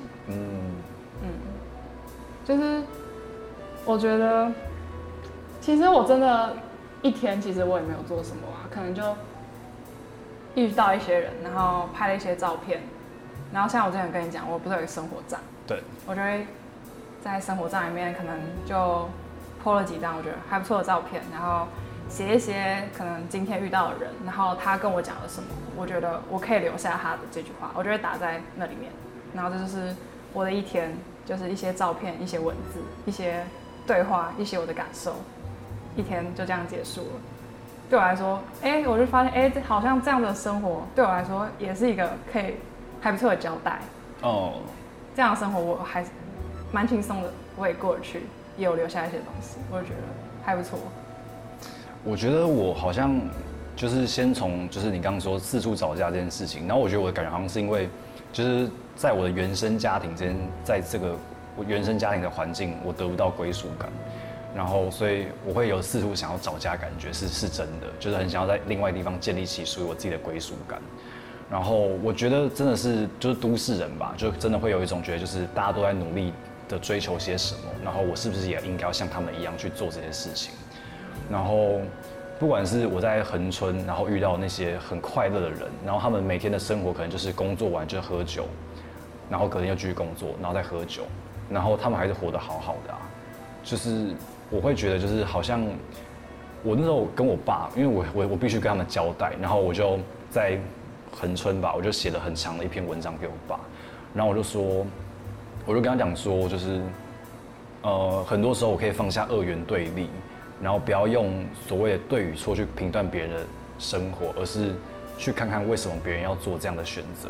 就是我觉得，其实我真的一天，其实我也没有做什么啊，可能就遇到一些人，然后拍了一些照片，然后像我之前跟你讲，我不是有一个生活账， 对， 我就会在生活账里面可能就 po 了几张我觉得还不错的照片，然后写一些可能今天遇到的人，然后他跟我讲了什么，我觉得我可以留下他的这句话，我就会打在那里面。然后这就是我的一天，就是一些照片、一些文字、一些对话、一些我的感受，一天就这样结束了。对我来说，我就发现，好像这样的生活对我来说也是一个可以还不错的交代。这样的生活我还蛮轻松的，我也过得去，也有留下一些东西，我就觉得还不错。 我觉得我好像就是先从就是你刚刚说四处找家这件事情，然后我觉得我的感觉好像是因为就是在我的原生家庭之间，在这个我原生家庭的环境，我得不到归属感，然后所以我会有四处想要找家感觉是真的，就是很想要在另外地方建立起属于我自己的归属感。然后我觉得真的是就是都市人吧，就真的会有一种觉得就是大家都在努力的追求些什么，然后我是不是也应该要像他们一样去做这些事情？然后不管是我在恒春，然后遇到那些很快乐的人，然后他们每天的生活可能就是工作完就喝酒，然后隔天又继续工作，然后再喝酒，然后他们还是活得好好的啊。就是我会觉得就是好像我那时候跟我爸，因为我必须跟他们交代，然后我就在恒春吧，我就写了很长的一篇文章给我爸，然后我就跟他讲说，就是很多时候我可以放下二元对立，然后不要用所谓的对与错去评断别人的生活，而是去看看为什么别人要做这样的选择，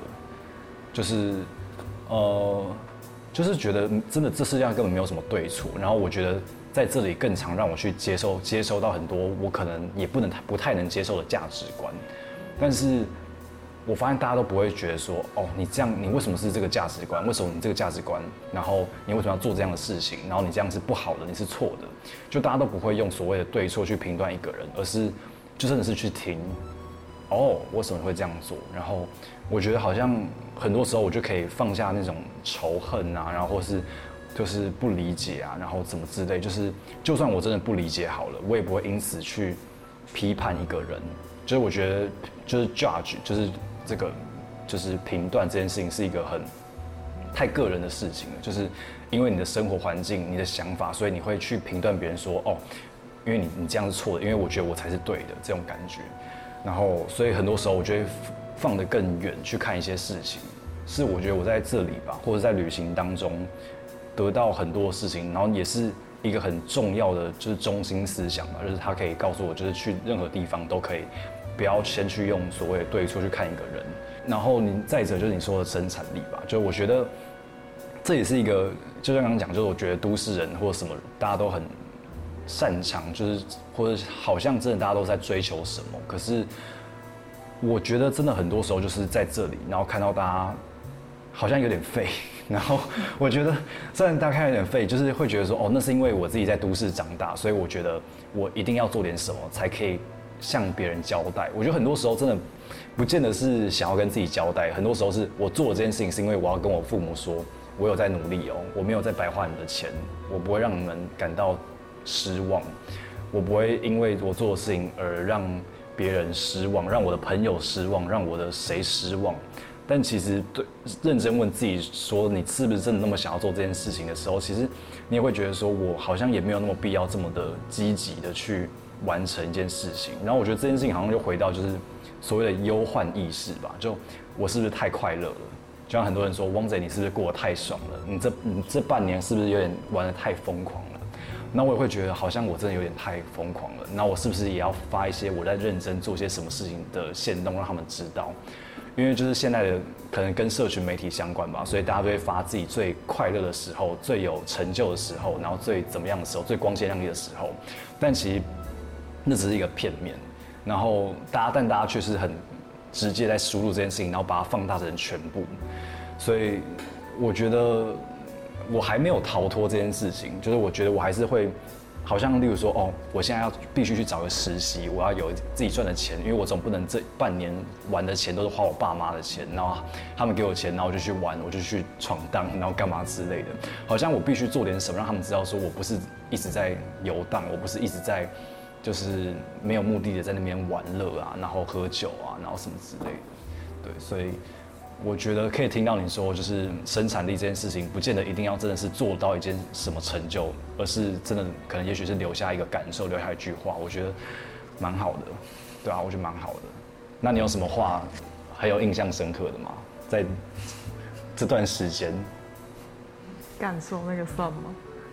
就是觉得真的这世界上根本没有什么对错，然后我觉得在这里更常让我去接收到很多我可能也不太能接受的价值观，但是我发现大家都不会觉得说，哦，你这样，你为什么是这个价值观？为什么你这个价值观？然后你为什么要做这样的事情？然后你这样是不好的，你是错的，就大家都不会用所谓的对错去评断一个人，而是就真的是去听，哦，为什么会这样做？然后我觉得好像很多时候我就可以放下那种仇恨啊，然后或是就是不理解啊，然后怎么之类，就是就算我真的不理解好了，我也不会因此去批判一个人。就是我觉得就是 judge 就是这个就是评断这件事情是一个太个人的事情了，就是因为你的生活环境、你的想法，所以你会去评断别人说，哦，因为你这样是错的，因为我觉得我才是对的这种感觉。然后所以很多时候我就会放得更远去看一些事情，是我觉得我在这里吧，或者在旅行当中得到很多事情，然后也是一个很重要的就是中心思想吧，就是它可以告诉我，就是去任何地方都可以不要先去用所谓的对错去看一个人。然后你再者就是你说的生产力吧，就我觉得这也是一个，就像刚刚讲，就是我觉得都市人或者什么大家都很擅长，就是或者好像真的大家都在追求什么，可是我觉得真的很多时候就是在这里，然后看到大家好像有点废，然后我觉得虽然大家看有点废，就是会觉得说，哦，那是因为我自己在都市长大，所以我觉得我一定要做点什么才可以向别人交代。我觉得很多时候真的不见得是想要跟自己交代，很多时候是我做的这件事情是因为我要跟我父母说，我有在努力哦，我没有在白花你们的钱，我不会让你们感到失望，我不会因为我做的事情而让别人失望，让我的朋友失望，让我的谁失望。但其实对认真问自己说，你是不是真的那么想要做这件事情的时候，其实你也会觉得说，我好像也没有那么必要这么的积极的去完成一件事情。然后我觉得这件事情好像就回到就是所谓的忧患意识吧，就我是不是太快乐了？就像很多人说，汪仔你是不是过得太爽了？你这半年是不是有点玩得太疯狂了？那我也会觉得好像我真的有点太疯狂了。那我是不是也要发一些我在认真做些什么事情的限动，让他们知道？因为就是现在的可能跟社群媒体相关吧，所以大家都会发自己最快乐的时候、最有成就的时候，然后最怎么样的时候、最光鲜亮丽的时候。但其实那只是一个片面，然后但大家却是很直接在输入这件事情，然后把它放大成全部。所以我觉得我还没有逃脱这件事情，就是我觉得我还是会。好像例如说，哦，我现在必须去找个实习，我要有自己赚的钱，因为我总不能这半年玩的钱都是花我爸妈的钱，然后他们给我钱，然后我就去玩，我就去闯荡，然后干嘛之类的。好像我必须做点什么，让他们知道说我不是一直在游荡，我不是一直在就是没有目的的在那边玩乐啊，然后喝酒啊，然后什么之类的。对，所以我觉得可以听到你说，就是生产力这件事情，不见得一定要真的是做到一件什么成就，而是真的可能也许是留下一个感受，留下一句话，我觉得蛮好的，对啊，我觉得蛮好的。那你有什么话很有印象深刻的吗？在这段时间， 敢说那个算吗？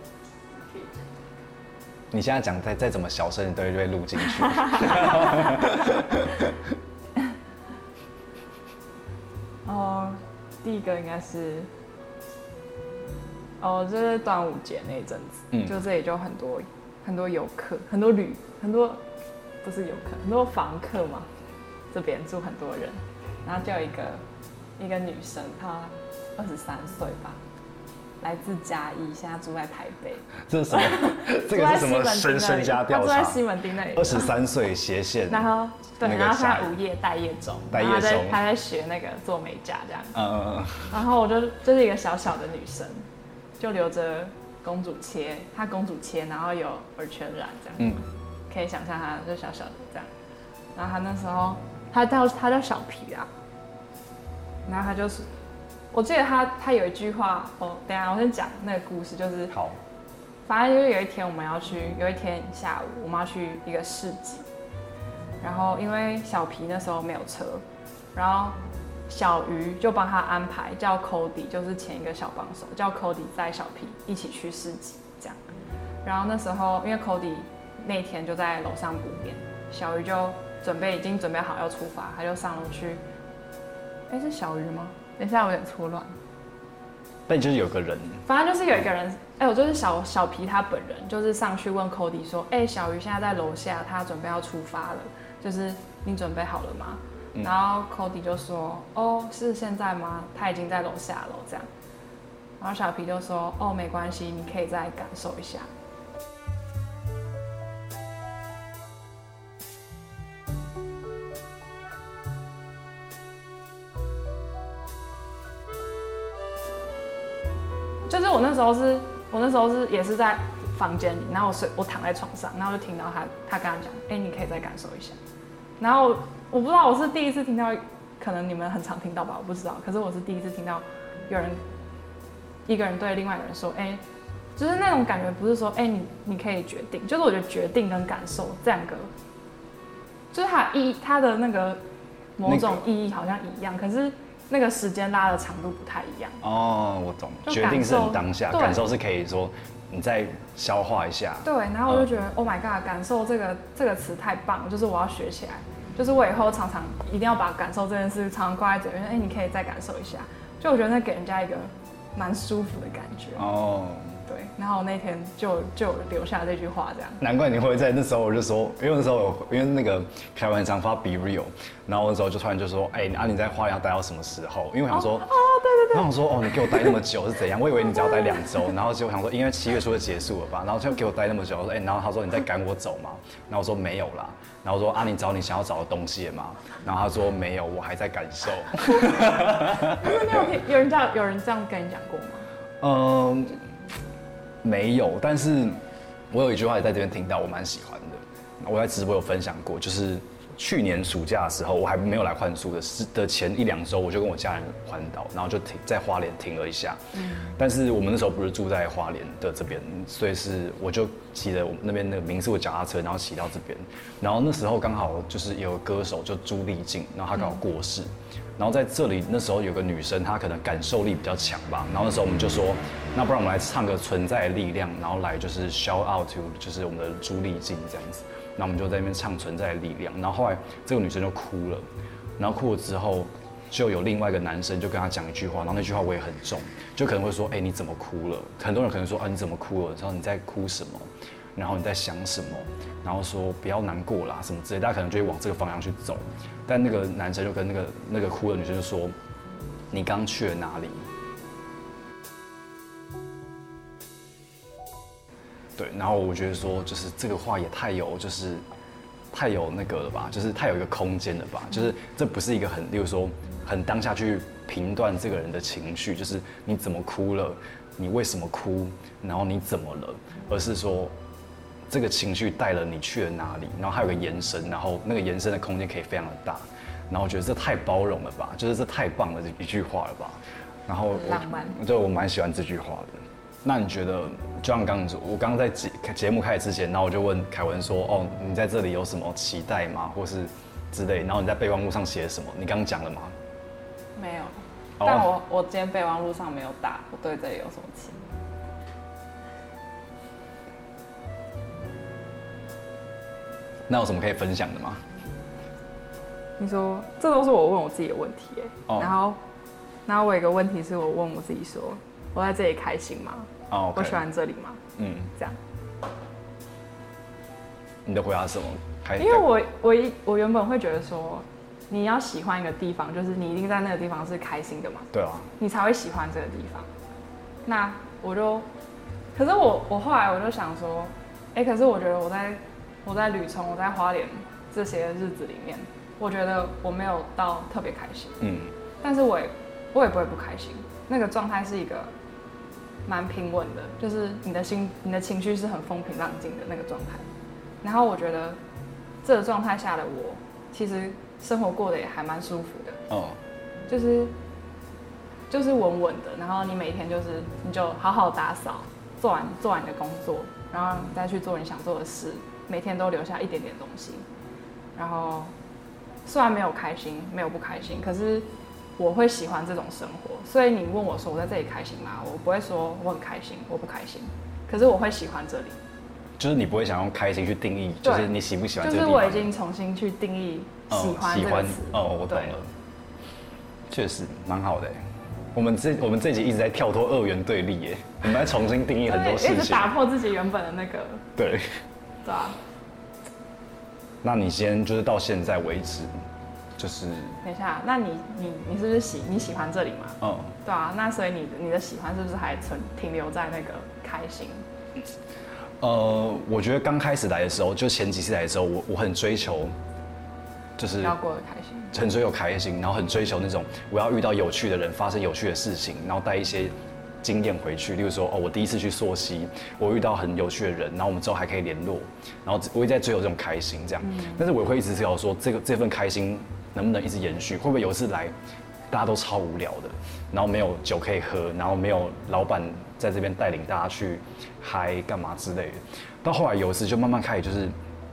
你现在讲再怎么小声，你都会被录进去。 第一个应该是，就是端午节那一阵子，就这里就很多游客，很多不是游客，很多房客嘛，这边住很多人，然后就有一个女生，她23岁吧，来自嘉义，现在住在台北。 这是什么？这个是什么身家调查？ 她住在西门町那里。 23岁斜线。 然后对，然后她无业待业中，然后她在学那个做美甲这样。然后我就是一个小小的女生，就留着公主切，她公主切，然后有耳圈染这样。可以想象她就小小的这样。然后她那时候，她叫小皮啊。然后她就是。我记得他有一句话，等一下我先讲那个故事，就是好， 反正就是有一天下午我们要去一个市集，然后因为小皮那时候没有车，然后小鱼就帮他安排叫 Cody， 就是前一个小帮手叫 Cody 载小皮一起去市集， 这样。然后那时候因为 Cody 那天就在楼上补眠，小鱼就已经准备好要出发，他就上楼去。是小鱼吗？等一下，我有点错乱。 但就是有个人， 反正就是有一个人，我就是小皮他本人，就是上去问 Cody 说，小鱼现在在楼下，他准备要出发了，就是你准备好了吗？然后 Cody 就说，是现在吗？他已经在楼下了，这样。然后小皮就说，没关系，你可以再感受一下。就是我那时候是也是在房间里，然后我躺在床上，然后就听到他跟他讲，你可以再感受一下。然后我不知道我是第一次听到，可能你们很常听到吧，我不知道。可是我是第一次听到一个人对另外一个人说，就是那种感觉，不是说你可以决定，就是我觉得决定跟感受这两个，就是它的那个某种意义好像一样，可是那个时间拉的长度不太一样。 我懂。决定是很当下，感受是可以说你再消化一下。 对，然后我就觉得，Oh my god， 感受这个词太棒了，就是我要学起来，就是我以后常常一定要把感受这件事常常挂在嘴边，你可以再感受一下，就我觉得那给人家一个蛮舒服的感觉。对，然后那天就留下这句话这样。 难怪你会在那时候我就说，因为那时候因为那个凯文很常发 Be Real， 然后那时候就突然就说，你在花莲要待到什么时候？因为我想说，对，我想说，你给我待那么久是怎样？我以为你只要待2周，然后就想说，因为7月初就结束了吧，然后就给我待那么久，我说，然后他说你在赶我走嘛，然后我说没有啦，然后我说你找你想要找的东西了吗？然后他说没有，我还在感受。 可是你有人这样跟你讲过吗？ 没有，但是我有一句话也在这边听到，我蛮喜欢的。我在直播有分享过，就是去年暑假的时候，我还没有来换宿的前1、2周，我就跟我家人环岛，然后就在花莲停了一下。但是我们那时候不是住在花莲的这边，所以我就骑着那边那个民宿的脚踏车，然后骑到这边。然后那时候刚好就是有个歌手就朱丽静，然后他刚好过世。然后在这里那时候有个女生，她可能感受力比较强吧。然后那时候我们就说，那不然我们来唱个《存在的力量》，然后来就是 shout out to 就是我们的朱丽静这样子。然后我们就在那边唱《存在的力量》。然后后来这个女生就哭了，然后哭了之后，就有另外一个男生就跟她讲一句话，然后那句话我也很重，就可能会说，你怎么哭了？很多人可能说，你怎么哭了？然后你在哭什么？然后你在想什么？然后说不要难过啦，什么之类，大家可能就会往这个方向去走。但那个男生就跟那个哭的女生就说：“你刚去了哪里？”对，然后我觉得说，就是这个话也太有那个了吧，就是太有一个空间了吧，就是这不是一个例如说很当下去评断这个人的情绪，就是你怎么哭了，你为什么哭，然后你怎么了，而是说。这个情绪带了你去了哪里，然后还有个延伸，然后那个延伸的空间可以非常的大，然后我觉得这太包容了吧，就是这太棒的一句话了吧，然后我蛮喜欢这句话的。那你觉得，就像我刚刚在节目开始之前，然后我就问凯文说，你在这里有什么期待吗，或是之类，然后你在备忘录上写什么？你刚刚讲了吗？ 没有，但我今天备忘录上没有打我对这里有什么期待。 那有什么可以分享的吗？ 你说，这都是我问我自己的问题然后我有一个问题是我问我自己说，我在这里开心吗？我喜欢这里吗？这样。 你的回答是什么？ 因为我原本会觉得说，你要喜欢一个地方，就是你一定在那个地方是开心的嘛。 对啊。你才会喜欢这个地方。那可是我后来我就想说，可是我觉得我在旅程，我在花莲这些日子里面，我觉得我没有到特别开心，但是我也不会不开心，那个状态是一个蛮平稳的，就是你的情绪是很风平浪静的那个状态，然后我觉得这个状态下的我，其实生活过得也还蛮舒服的，就是稳稳的，然后你每天你就好好打扫，做完你的工作，然后你再去做你想做的事。每天都留下一点点东西，然后虽然没有开心，没有不开心，可是我会喜欢这种生活。所以你问我说我在这里开心吗？我不会说我很开心，我不开心。可可是我会喜欢这里。 就是你不会想用开心去定义，就是你喜不喜欢这个地方。 就是我已经重新去定义喜欢这个词。 我懂了，确实蛮好的。我们这集一直在跳脱二元对立耶，我们在重新定义很多事情， 一直打破自己原本的那个。 对。 对啊。 那你先就是到现在为止，就是等一下，那你是不是喜欢这里嘛？对啊，那所以你的喜欢是不是还停留在那个开心？ 我觉得刚开始来的时候，就前几次来的时候，我很追求，就是要过得开心， 很追求开心，然后很追求那种我要遇到有趣的人，发生有趣的事情，然后带一些经验回去。例如说，我第一次去溯溪，我遇到很有趣的人，然后我们之后还可以联络，然后我一直在追求这种开心，这样。但是我会一直思考说，这份开心能不能一直延续？会不会有一次来，大家都超无聊的，然后没有酒可以喝，然后没有老板在这边带领大家去嗨干嘛之类的。到后来有一次就慢慢开始就是，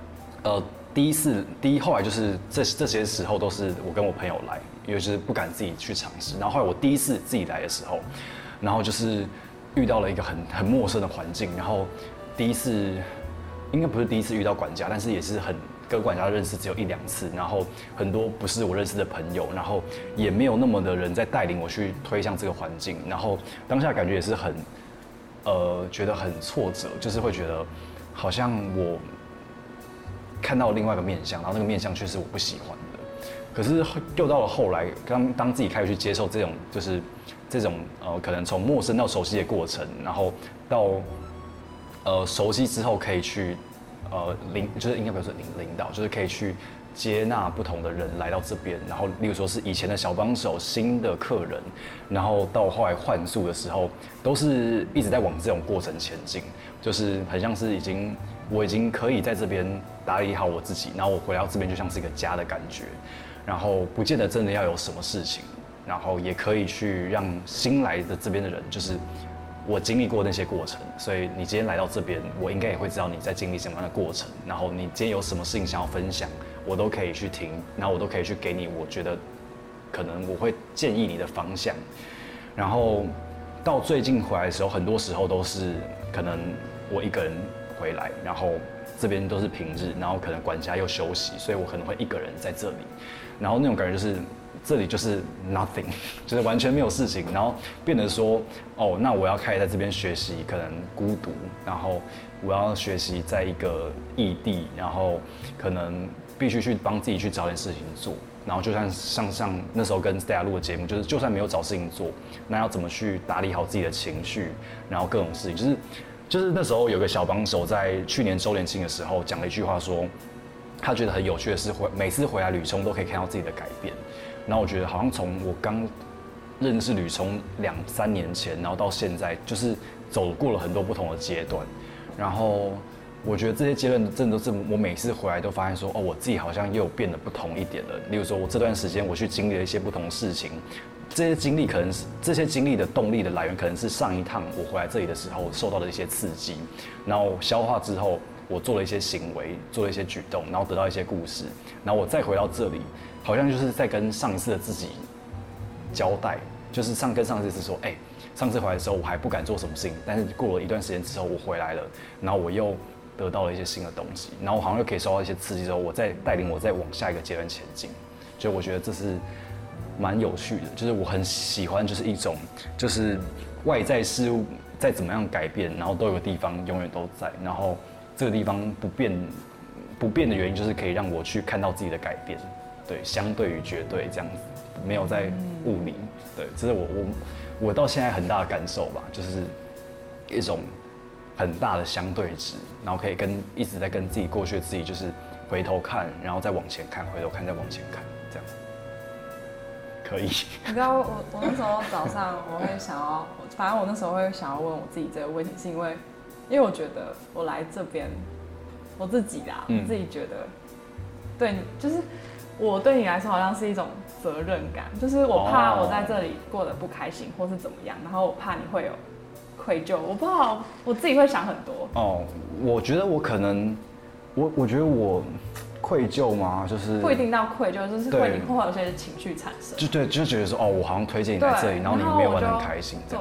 后来就是这些时候都是我跟我朋友来，因为就是不敢自己去尝试。然后后来我第一次自己来的时候，然后就是遇到了一个很陌生的环境，然后第一次应该不是第一次遇到管家，但是也是跟管家认识只有1-2次，然后很多不是我认识的朋友，然后也没有那么的人在带领我去推向这个环境，然后当下感觉也是很，觉得很挫折，就是会觉得好像我看到另外一个面向，然后那个面向却是我不喜欢的。可是又到了后来，当自己开始去接受这种就是这种可能从陌生到熟悉的过程，然后到熟悉之后可以去就是应该不是领导，就是可以去接纳不同的人来到这边，然后例如说是以前的小帮手、新的客人，然后到后来换宿的时候，都是一直在往这种过程前进，就是很像是我已经可以在这边打理好我自己，然后我回到这边就像是一个家的感觉，然后不见得真的要有什么事情，然后也可以去让新来的这边的人就是我经历过那些过程，所以你今天来到这边，我应该也会知道你在经历什么样的过程。然后你今天有什么事情想要分享，我都可以去听，然后我都可以去给你我觉得可能我会建议你的方向。然后到最近回来的时候，很多时候都是可能我一个人回来，然后这边都是平日，然后可能管家又休息，所以我可能会一个人在这里，然后那种感觉就是。这里就是 nothing， 就是完全没有事情，然后变得说，那我要开始在这边学习，可能孤独，然后我要学习在一个异地，然后可能必须去帮自己去找点事情做，然后就像那时候跟 Stella 录的节目，就是就算没有找事情做，那要怎么去打理好自己的情绪，然后各种事情，就是那时候有个小帮手在去年周年庆的时候讲了一句话说，他觉得很有趣的是每次回来旅冲都可以看到自己的改变。然后我觉得好像从我刚认识吕聪2-3年前，然后到现在，就是走过了很多不同的阶段。然后我觉得这些阶段真的都是我每次回来都发现说，我自己好像又变得不同一点了。例如说，我这段时间我去经历了一些不同的事情，这些经历的动力的来源，可能是上一趟我回来这里的时候受到的一些刺激，然后消化之后，我做了一些行为，做了一些举动，然后得到一些故事，然后我再回到这里。好像就是在跟上一次的自己交代，就是跟上一次说，上次回来的时候我还不敢做什么事情，但是过了一段时间之后我回来了，然后我又得到了一些新的东西，然后我好像又可以收到一些刺激之后，我再带领我再往下一个阶段前进，所以我觉得这是蛮有趣的，就是我很喜欢就是一种就是外在事物再怎么样改变，然后都有个地方永远都在，然后这个地方不变的原因就是可以让我去看到自己的改变。对，相对于绝对这样子，没有在物理。对，这是我到现在很大的感受吧，就是一种很大的相对值，然后可以一直在跟自己过去的自己，就是回头看，然后再往前看，回头看，再往前看，这样可以。 你知道我那时候早上我会想要，反正我那时候会想要问我自己这个问题，是因为我觉得我来这边，我自己啦，我自己觉得，对，就是。我对你来说好像是一种责任感，就是我怕我在这里过得不开心，或是怎么样，然后我怕你会有愧疚，我不知道我自己会想很多。 我觉得我可能，我觉得我愧疚吗？就是不一定到愧疚，就是会有些情绪产生。 就觉得说我好像推荐你来这里，然后你没有玩得很开心，对。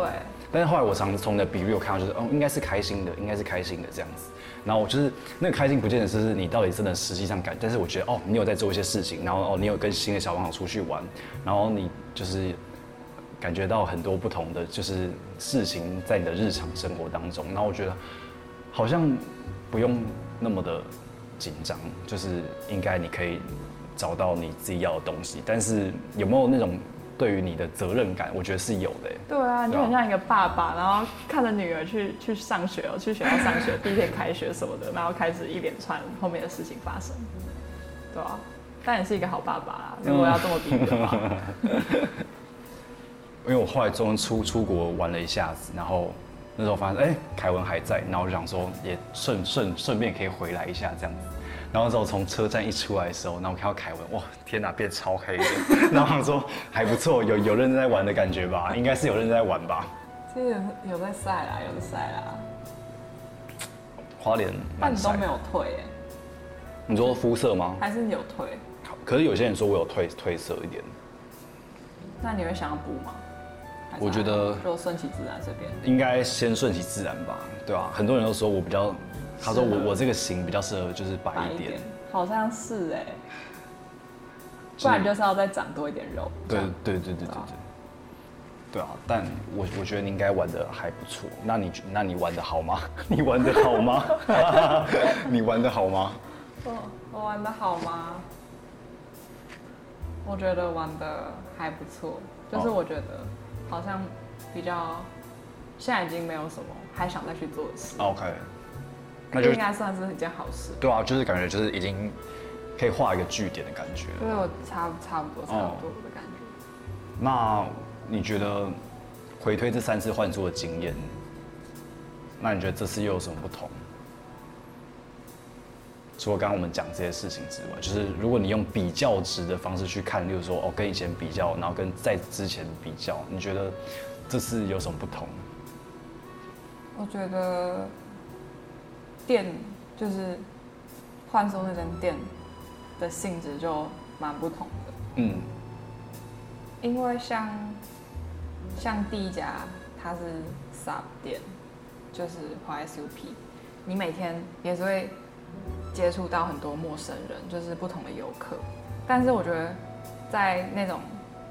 但是后来我常从你的比喻我看到就是应该是开心的，应该是开心的这样子。然后我就是那个开心不见得是你到底真的实际上感，但是我觉得你有在做一些事情，然后你有跟新的小朋友出去玩，然后你就是感觉到很多不同的就是事情在你的日常生活当中，然后我觉得好像不用那么的紧张，就是应该你可以找到你自己要的东西，但是有没有那种对于你的责任感，我觉得是有的。 对啊，你就很像一个爸爸，然后看着女儿去上学哦，去学校上学，第一天开学什么的，然后开始一连串后面的事情发生，对啊，但也是一个好爸爸啦，如果要这么比喻的话。 因为我后来终于出国玩了一下子，然后那时候发现凯文还在，然后我就想说也顺便可以回来一下这样子。然后之后从车站一出来的时候，然后我看到凯文，哇，天哪，变超黑的。然后我想说还不错，有认真在玩的感觉吧，应该是有认真在玩吧。 其实有在晒啦，有在晒啦。 花莲但你都没有退耶？ 你说肤色吗？ 还是你有退？ 可是有些人说我有褪色一点。 那你会想要补吗？ 我觉得就顺其自然这边。 应该先顺其自然吧，对吧？很多人都说我比较，他说我这个型比较适合就是白一点， 好像是哎，不然就是要再长多一点肉。 对，对啊，但我觉得你应该玩的还不错。那你玩的好吗？你玩的好吗？你玩的好吗？ 我玩的好吗？我觉得玩的还不错，就是我觉得好像比较现在已经没有什么还想再去做的事。 OK， 那就应该算是一件好事。 对啊，就是感觉就是已经可以画一个句点的感觉。 对，我差不多的感觉。 那你觉得回推这3次换宿的经验，那你觉得这次又有什么不同？除了刚刚我们讲这些事情之外，就是如果你用比较值的方式去看，例如说跟以前比较，然后跟在之前比较，你觉得这次有什么不同？ 我觉得店就是换宿那间店的性质就蛮不同的。因为像第一家它是 sub 店，就是花 SUP， 你每天也是会接触到很多陌生人，就是不同的游客。但是我觉得在那种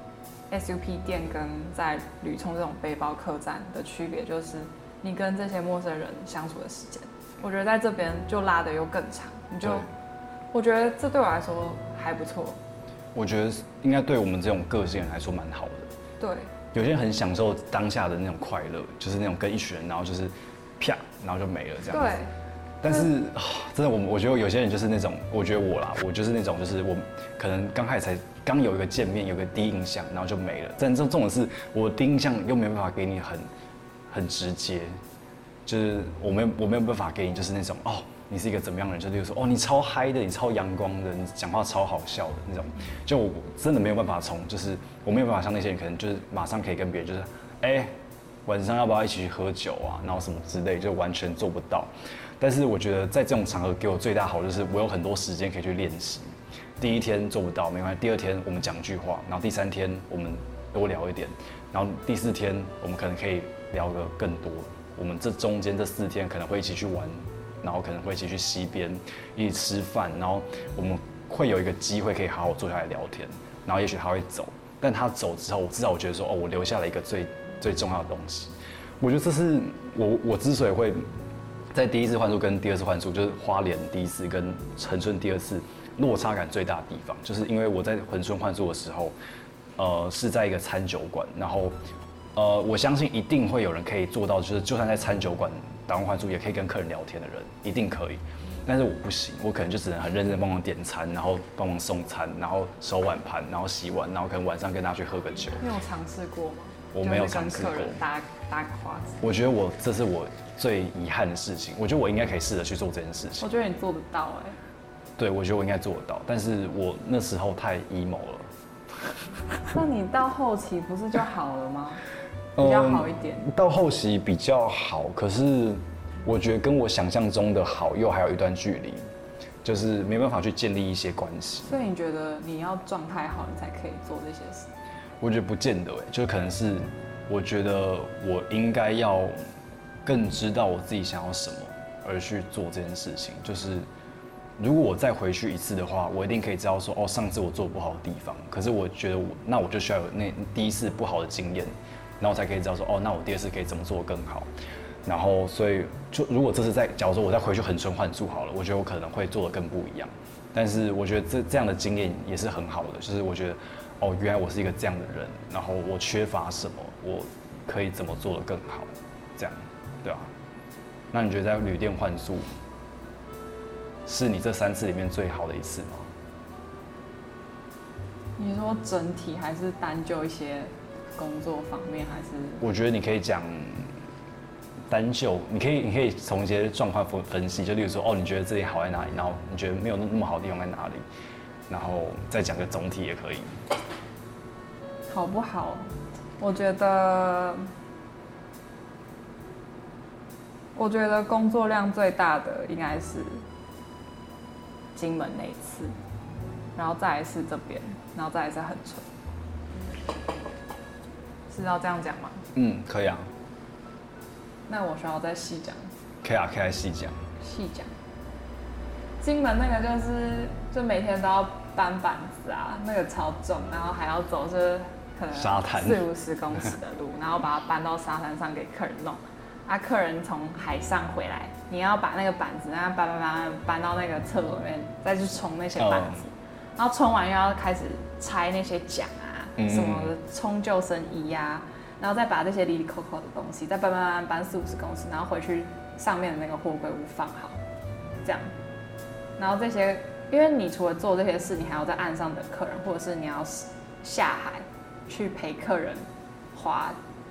SUP 店跟在旅冲这种背包客栈的区别，就是你跟这些陌生人相处的时间，我觉得在这边就拉得又更长。我觉得这对我来说还不错。 我觉得应该对我们这种个性人来说蛮好的。 对， 有些人很享受当下的那种快乐，就是那种跟一群人，然后就是啪，然后就没了这样子。 对。 但是真的，我觉得有些人就是那种，我觉得我就是那种，就是我可能刚开始才刚有一个见面，有个第一印象，然后就没了。但这种是我第一印象又没办法给你很直接，就是我没有办法给你就是那种你是一个怎么样的人，就例如说你超嗨的，你超阳光的，你讲话超好笑的那种，就我真的没有办法就是我没有办法像那些人，可能就是马上可以跟别人就是晚上要不要一起去喝酒啊，然后什么之类，就完全做不到。但是我觉得在这种场合给我最大好就是我有很多时间可以去练习。第一天做不到没关系，第2天我们讲句话，然后第3天我们多聊一点，然后第4天我们可能可以聊个更多。我们这中间这4天可能会一起去玩，然后可能会一起去溪边，一起吃饭，然后我们会有一个机会可以好好坐下来聊天，然后也许他会走，但他走之后，至少我觉得说我留下了一个最重要的东西。我觉得这是我之所以会在第1次换宿跟第2次换宿，就是花莲第1次跟恒春第2次落差感最大的地方，就是因为我在恒春换宿的时候，是在一个餐酒馆，然后我相信一定会有人可以做到，就是就算在餐酒馆打工换宿也可以跟客人聊天的人，一定可以。但是我不行，我可能就只能很认真地帮忙点餐，然后帮忙送餐，然后收碗盘，然后洗碗，然后可能晚上跟他去喝个酒。 你有尝试过吗？ 我没有尝试过。 搭个花子。 我觉得这是我最遗憾的事情。我觉得我应该可以试着去做这件事情。 我觉得你做得到对，我觉得我应该做得到，但是我那时候太 emo 了。 那你到后期不是就好了吗？比较好一点。 到后期比较好，可是我觉得跟我想象中的好又还有一段距离，就是没办法去建立一些关系。 所以你觉得你要状态好，你才可以做这些事？ 我觉得不见得就是可能是我觉得我应该要更知道我自己想要什么，而去做这件事情。就是如果我再回去一次的话，我一定可以知道说，哦，上次我做不好的地方。可是我觉得那我就需要有那第一次不好的经验，然后我才可以知道说，哦，那我第二次可以怎么做得更好。然后所以如果这次假如说我再回去恒春换宿好了，我觉得我可能会做得更不一样。但是我觉得这样的经验也是很好的，就是我觉得，哦，原来我是一个这样的人，然后我缺乏什么，我可以怎么做得更好，这样，对吧？那你觉得在旅店换宿，是你这3次里面最好的一次吗？ 你说整体还是单就一些工作方面，还是？ 我觉得你可以讲单就，你可以从一些状况分析，就例如说，哦，你觉得这里好在哪里，然后你觉得没有那么好的地方在哪里，然后再讲个总体也可以。 好不好？我觉得工作量最大的应该是金门那一次，然后再来是这边，然后再来是恒春。是要这样讲吗？ 嗯，可以啊。 那我需要再细讲。 可以啊，可以细讲。 细讲。金门那个就每天都要搬板子啊，那个超重，然后还要走可能沙滩 40-50公尺的路，然后把它搬到沙滩上给客人弄。啊，客人从海上回来，你要把那个板子那样搬到那个厕所里面，再去冲那些板子，然后冲完又要开始拆那些桨啊，什么的冲救生衣啊。然后再把这些里里扣扣的东西再搬40-50公尺，然后回去上面的那个货柜屋放好，这样。然后这些，因为你除了做这些事，你还要在岸上等客人，或者是你要下海去陪客人滑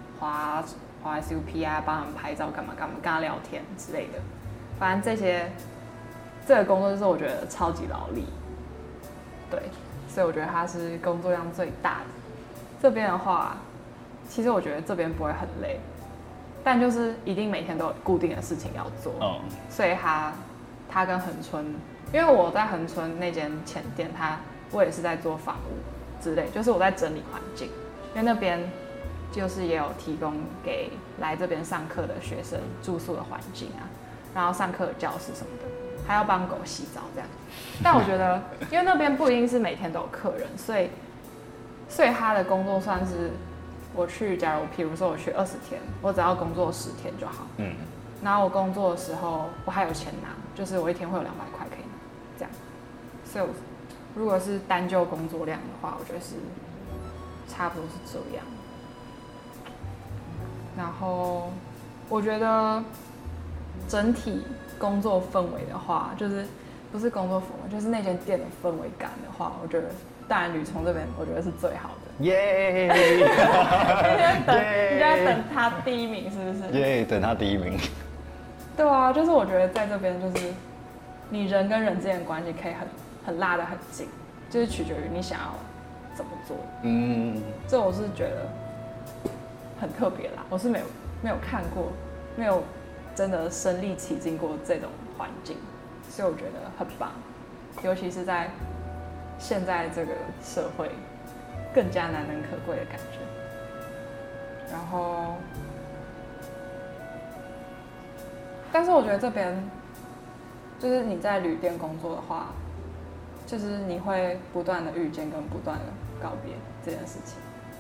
SUP 啊，帮他们拍照干嘛，跟他聊天之类的。反正这个工作就是我觉得超级劳力，对，所以我觉得它是工作量最大的。这边的话。其实我觉得这边不会很累，但就是一定每天都有固定的事情要做。所以他跟恒春，因为我在恒春那间前店，我也是在做房屋之类，就是我在整理环境，因为那边就是也有提供给来这边上课的学生住宿的环境啊，然后上课的教室什么的，还要帮狗洗澡这样。但我觉得，因为那边不一定是每天都有客人，所以他的工作算是。我去，假如比如说我去20天，我只要工作10天就好。然后我工作的时候，我还有钱拿，就是我一天会有200块可以拿，这样。所以如果是单就工作量的话，我觉得是差不多是这样。然后我觉得整体工作氛围的话，就是不是工作氛围，就是那间店的氛围感的话，我觉得当然旅从这边我觉得是最好的。耶！你在等他第1名是不是？ 耶，等他第1名。 对啊，就是我觉得在这边就是你人跟人之间的关系可以很拉得很近，就是取决于你想要怎么做。这我是觉得很特别啦，我是没有看过，没有真的身临其境过这种环境，所以我觉得很棒，尤其是在现在这个社会。更加难能可贵的感觉。然后，但是我觉得这边就是你在旅店工作的话，就是你会不断的遇见跟不断的告别这件事情。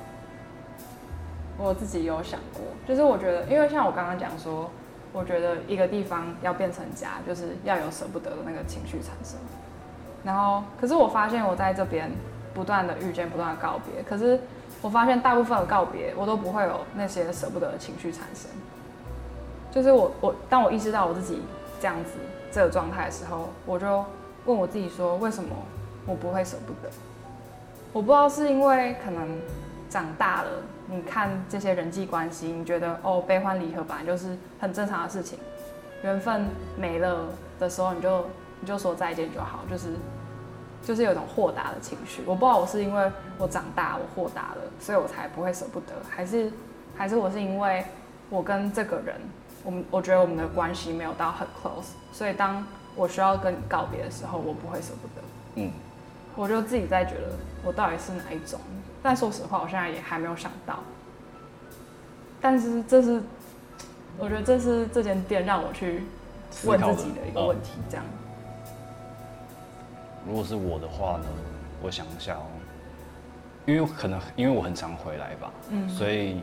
我自己有想过，就是我觉得，因为像我刚刚讲说，我觉得一个地方要变成家，就是要有舍不得的那个情绪产生。然后，可是我发现我在这边。不断的遇见，不断的告别。可是我发现大部分的告别，我都不会有那些舍不得的情绪产生。就是当我意识到我自己这样子这个状态的时候，我就问我自己说，为什么我不会舍不得？我不知道是因为可能长大了，你看这些人际关系，你觉得哦，悲欢离合本来就是很正常的事情，缘分没了的时候，你就说再见就好，就是有一种豁达的情绪。我不知道我是因为我长大我豁达了，所以我才不会舍不得，还是我是因为我跟这个人，我觉得我们的关系没有到很 close， 所以当我需要跟你告别的时候，我不会舍不得。我就自己在觉得我到底是哪一种，但说实话，我现在也还没有想到。 但是我觉得这是这间店让我去问自己的一个问题，这样。 如果是我的话呢，我想一下哦，因为我很常回来吧，所以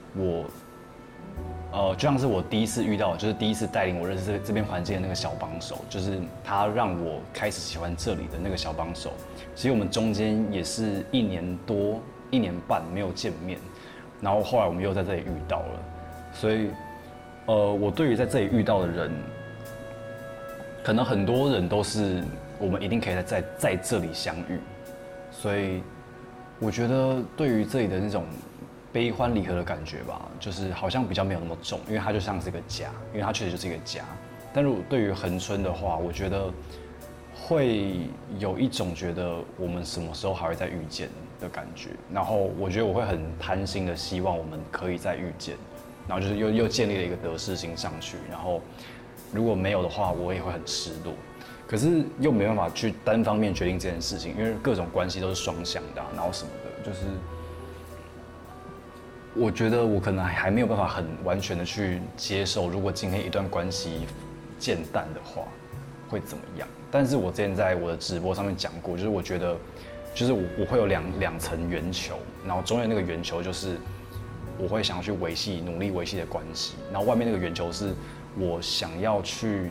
就像是我第一次遇到，就是第一次带领我认识这边环境的那个小帮手，就是他让我开始喜欢这里的那个小帮手。其实我们中间也是1年多、1年半没有见面，然后后来我们又在这里遇到了，所以我对于在这里遇到的人，可能很多人都是我们一定可以在这里相遇，所以我觉得对于这里的那种悲欢离合的感觉吧，就是好像比较没有那么重，因为它就像是一个家，因为它确实就是一个家。但如果对于恒春的话，我觉得会有一种觉得我们什么时候还会再遇见的感觉。然后我觉得我会很贪心的希望我们可以再遇见，然后就是又建立了一个得失心上去。然后如果没有的话，我也会很失落。可是又没办法去单方面决定这件事情，因为各种关系都是双向的然后什么的，就是我觉得我可能还没有办法很完全的去接受，如果今天一段关系渐淡的话，会怎么样？但是我之前在我的直播上面讲过，就是我觉得，就是我会有两层圆球，然后中间那个圆球就是我会想要去努力维系的关系，然后外面那个圆球是我想要去，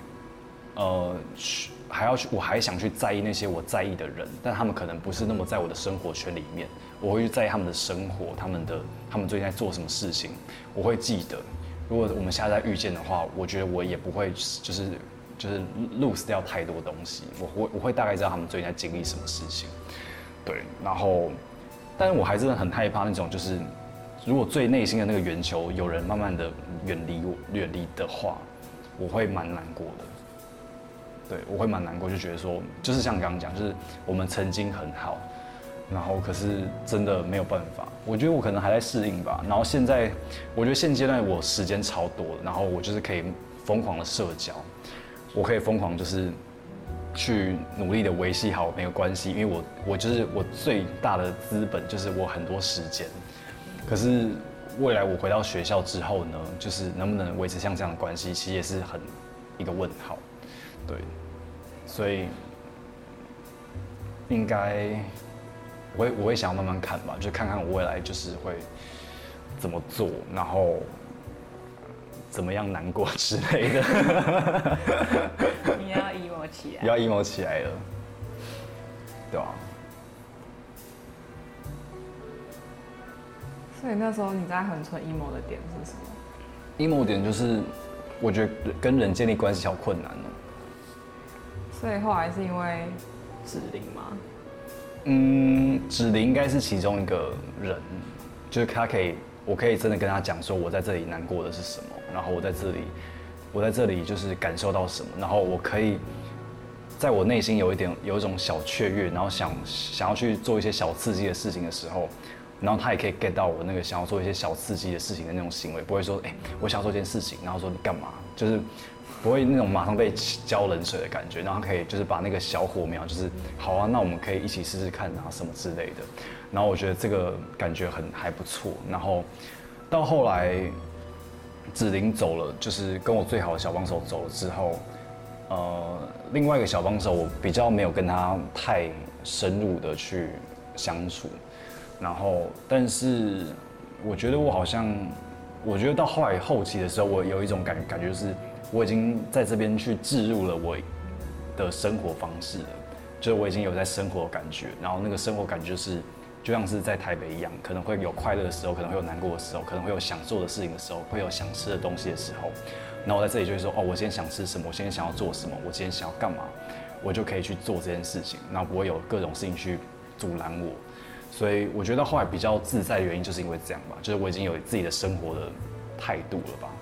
我还想去在意那些我在意的人，但他们可能不是那么在我的生活圈里面，我会去在意他们的生活，他们最近在做什么事情，我会记得。如果我们下次再遇见的话，我觉得我也不会就是 lose 掉太多东西，我会大概知道他们最近在经历什么事情，对，然后，但是我还真的很害怕那种就是如果最内心的那个圆球有人慢慢的远离的话，我会蛮难过的。对，我会蛮难过，就觉得说，就是像刚刚讲，就是我们曾经很好，然后可是真的没有办法。我觉得我可能还在适应吧。然后现在，我觉得现阶段我时间超多，然后我就是可以疯狂的社交，我可以疯狂就是去努力的维系好每个关系，因为我就是我最大的资本就是我很多时间。可是未来我回到学校之后呢，就是能不能维持像这样的关系，其实也是很一个问号。对，所以应该我会想要慢慢看吧，就看看我未来就是会怎么做，然后怎么样难过之类的。 你要 emo 起来， 要 emo 起来了，对吧？ 所以那时候你在恒春 emo 的点是什么 emo 点就是我觉得跟人建立关系好困难哦。 所以后来是因为芷玲吗？ 芷玲应该是其中一个人，就是我可以真的跟他讲说我在这里难过的是什么，然后我在这里就是感受到什么，然后我可以在我内心有一种小雀跃，然后想要去做一些小刺激的事情的时候，然后他也可以 get 到我那个想要做一些小刺激的事情的那种行为，不会说我想要做一件事情，然后说你干嘛，就是不会那种马上被浇冷水的感觉，然后可以就是把那个小火苗，就是好啊，那我们可以一起试试看啊什么之类的。然后我觉得这个感觉还不错。然后到后来芷玲走了，就是跟我最好的小帮手走了之后，另外一个小帮手我比较没有跟他太深入的去相处。然后但是我觉得我觉得到后期的时候，我有一种感觉就是。我已经在这边去置入了我的生活方式了，就是我已经有在生活的感觉，然后那个生活感觉就是就像是在台北一样，可能会有快乐的时候，可能会有难过的时候，可能会有想做的事情的时候，会有想吃的东西的时候，然后我在这里就会说，我今天想吃什么，我今天想要做什么，我今天想要干嘛，我就可以去做这件事情，然后不会有各种事情去阻拦我，所以我觉得后来比较自在的原因就是因为这样吧，就是我已经有自己的生活的态度了吧。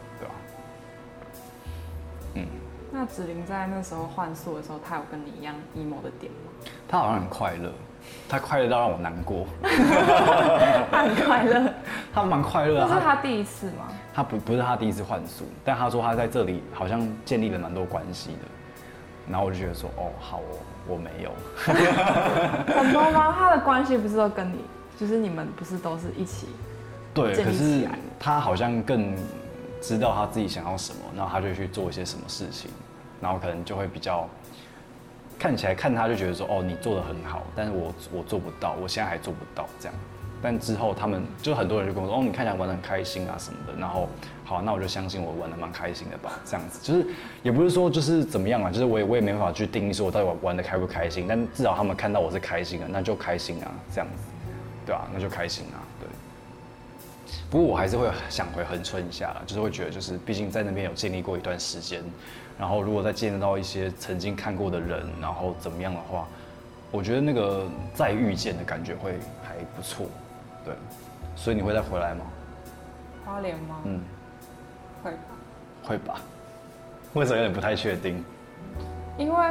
那芷玲在那时候换宿的时候，她有跟你一样 emo 的点吗？ 她好像很快乐，她快乐到让我难过。 她很快乐， 她蛮快乐的。 这是她第一次吗？ 她不是她第一次换宿，但她说她在这里好像建立了蛮多关系的。然后我就觉得说，好哦，我没有。 很多吗？她的关系不是都跟你，就是你们不是都是一起对， 建可是立起来。 他好像更知道他自己想要什么，然后他就去做一些什么事情，然后可能就会比较看起来看他就觉得说，哦，你做的很好，但是我做不到，我现在还做不到这样。但之后他们就很多人就跟我说，哦，你看起来玩得很开心啊什么的，然后好，那我就相信我玩得蛮开心的吧，这样子就是也不是说就是怎么样啊，就是我也没办法去定义说我到底玩得开不开心，但至少他们看到我是开心的，那就开心啊，这样子，对啊，那就开心啊，对。不过我还是会想回恒春一下，就是会觉得就是毕竟在那边有经历过一段时间，然后如果再见到一些曾经看过的人，然后怎么样的话，我觉得那个再遇见的感觉会还不错。对，所以你会再回来吗？ 花莲吗？会吧。 会吧？为什么有点不太确定？ 因为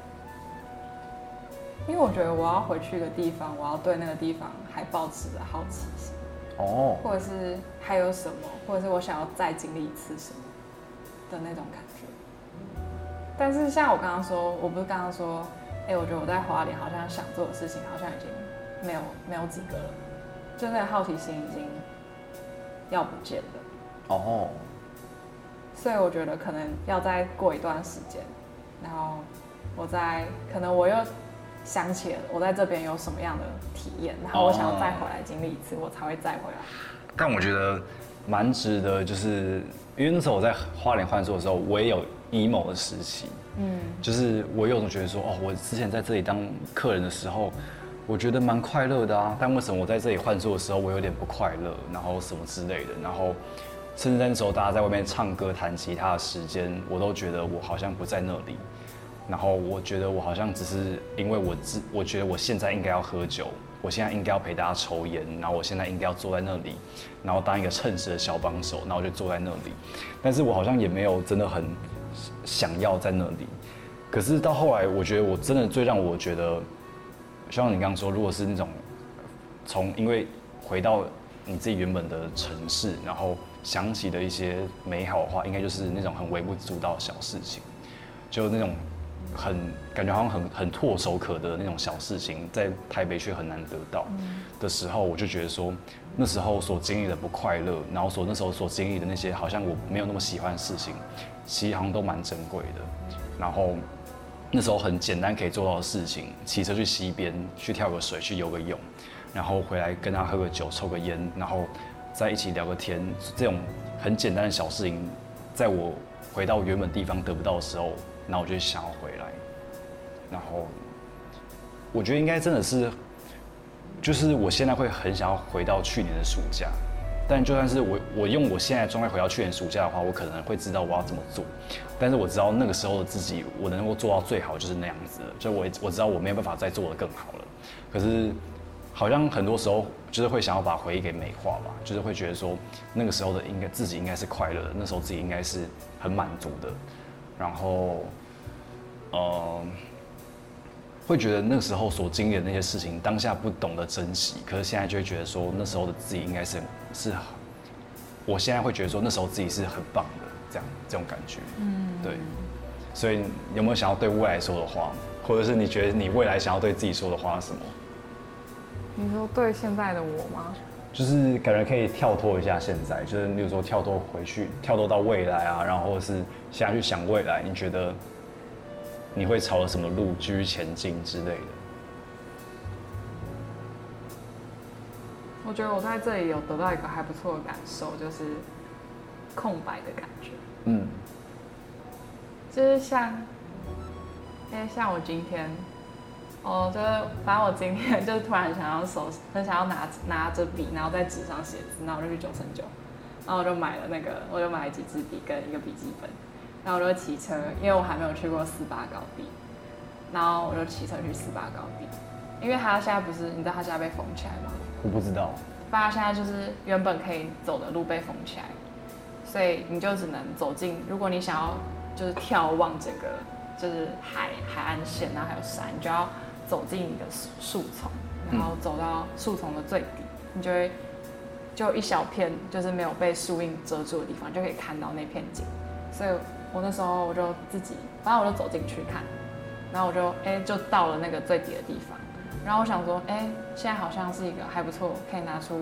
我觉得我要回去一个地方，我要对那个地方还保持着好奇心，或者是还有什么，或者是我想要再经历一次什么的那种感觉。但是像我刚刚说，我不是刚刚说，我觉得我在花莲好像想做的事情好像已经没有几个了。就那个好奇心已经要不见了所以我觉得可能要再过一段时间，然后可能我又想起了我在这边有什么样的体验，然后我想要再回来经历一次，我才会再回来。 但我觉得蛮值得，就是因为那时候我在花莲换宿的时候，我也有 emo 的时期，就是我有种觉得说，哦，我之前在这里当客人的时候。我觉得蛮快乐的啊，但为什么我在这里换宿的时候我有点不快乐，然后什么之类的，然后甚至那时候大家在外面唱歌弹吉他的时间，我都觉得我好像不在那里，然后我觉得我好像只是因为我觉得我现在应该要喝酒，我现在应该要陪大家抽烟，然后我现在应该要坐在那里，然后当一个称职的小帮手，那我就坐在那里，但是我好像也没有真的很想要在那里，可是到后来我觉得我真的最让我觉得。就像你刚刚说，如果是那种因为回到你自己原本的城市，然后想起的一些美好的话，应该就是那种很微不足道的小事情，就那种感觉好像很唾手可得的那种小事情，在台北却很难得到的时候，我就觉得说，那时候所经历的不快乐，然后那时候所经历的那些好像我没有那么喜欢的事情，其实好像都蛮珍贵的，然后。那时候很简单可以做到的事情，骑车去溪边去跳个水，去游个泳，然后回来跟他喝个酒，抽个烟，然后在一起聊个天，这种很简单的小事情，在我回到原本地方得不到的时候，那我就想要回来。然后我觉得应该真的是，就是我现在会很想要回到去年的暑假。但就算是我用我现在的状态回到去年暑假的话，我可能会知道我要怎么做，但是我知道那个时候的自己，我能够做到最好就是那样子了，就我知道我没有办法再做得更好了。可是好像很多时候就是会想要把回忆给美化吧，就是会觉得说那个时候的自己应该是快乐的，那时候自己应该是很满足的，然后会觉得那个时候所经历的那些事情，当下不懂得珍惜，可是现在就会觉得说那时候的自己应该是，我现在会觉得说那时候自己是很棒的，这种感觉，对。所以有没有想要对未来说的话，或者是你觉得你未来想要对自己说的话是什么？ 你说对现在的我吗？ 就是感觉可以跳脱一下现在，就是比如说跳脱回去，跳脱到未来啊，然后或者是现在去想未来，你觉得？你会朝着什么路继续前进之类的？ 我觉得我在这里有得到一个还不错的感受，就是空白的感觉。就是像我今天，就是反正我今天就是突然很想要拿着笔，然后在纸上写字，然后我就去9×9，然后我就买了几支笔跟一个笔记本。然后我就骑车，因为我还没有去过48高地，然后我就骑车去48高地，因为它现在不是，你知道它现在被封起来吗？ 我不知道。 它现在就是原本可以走的路被封起来，所以你就只能走进。如果你想要就是眺望整个就是海岸线，然后还有山，你就要走进一个树丛，然后走到树丛的最底，你就一小片就是没有被树荫遮住的地方，就可以看到那片景，所以。我那时候我就反正我就走进去看，然后我就到了那个最底的地方，然后我想说，现在好像是一个还不错可以拿出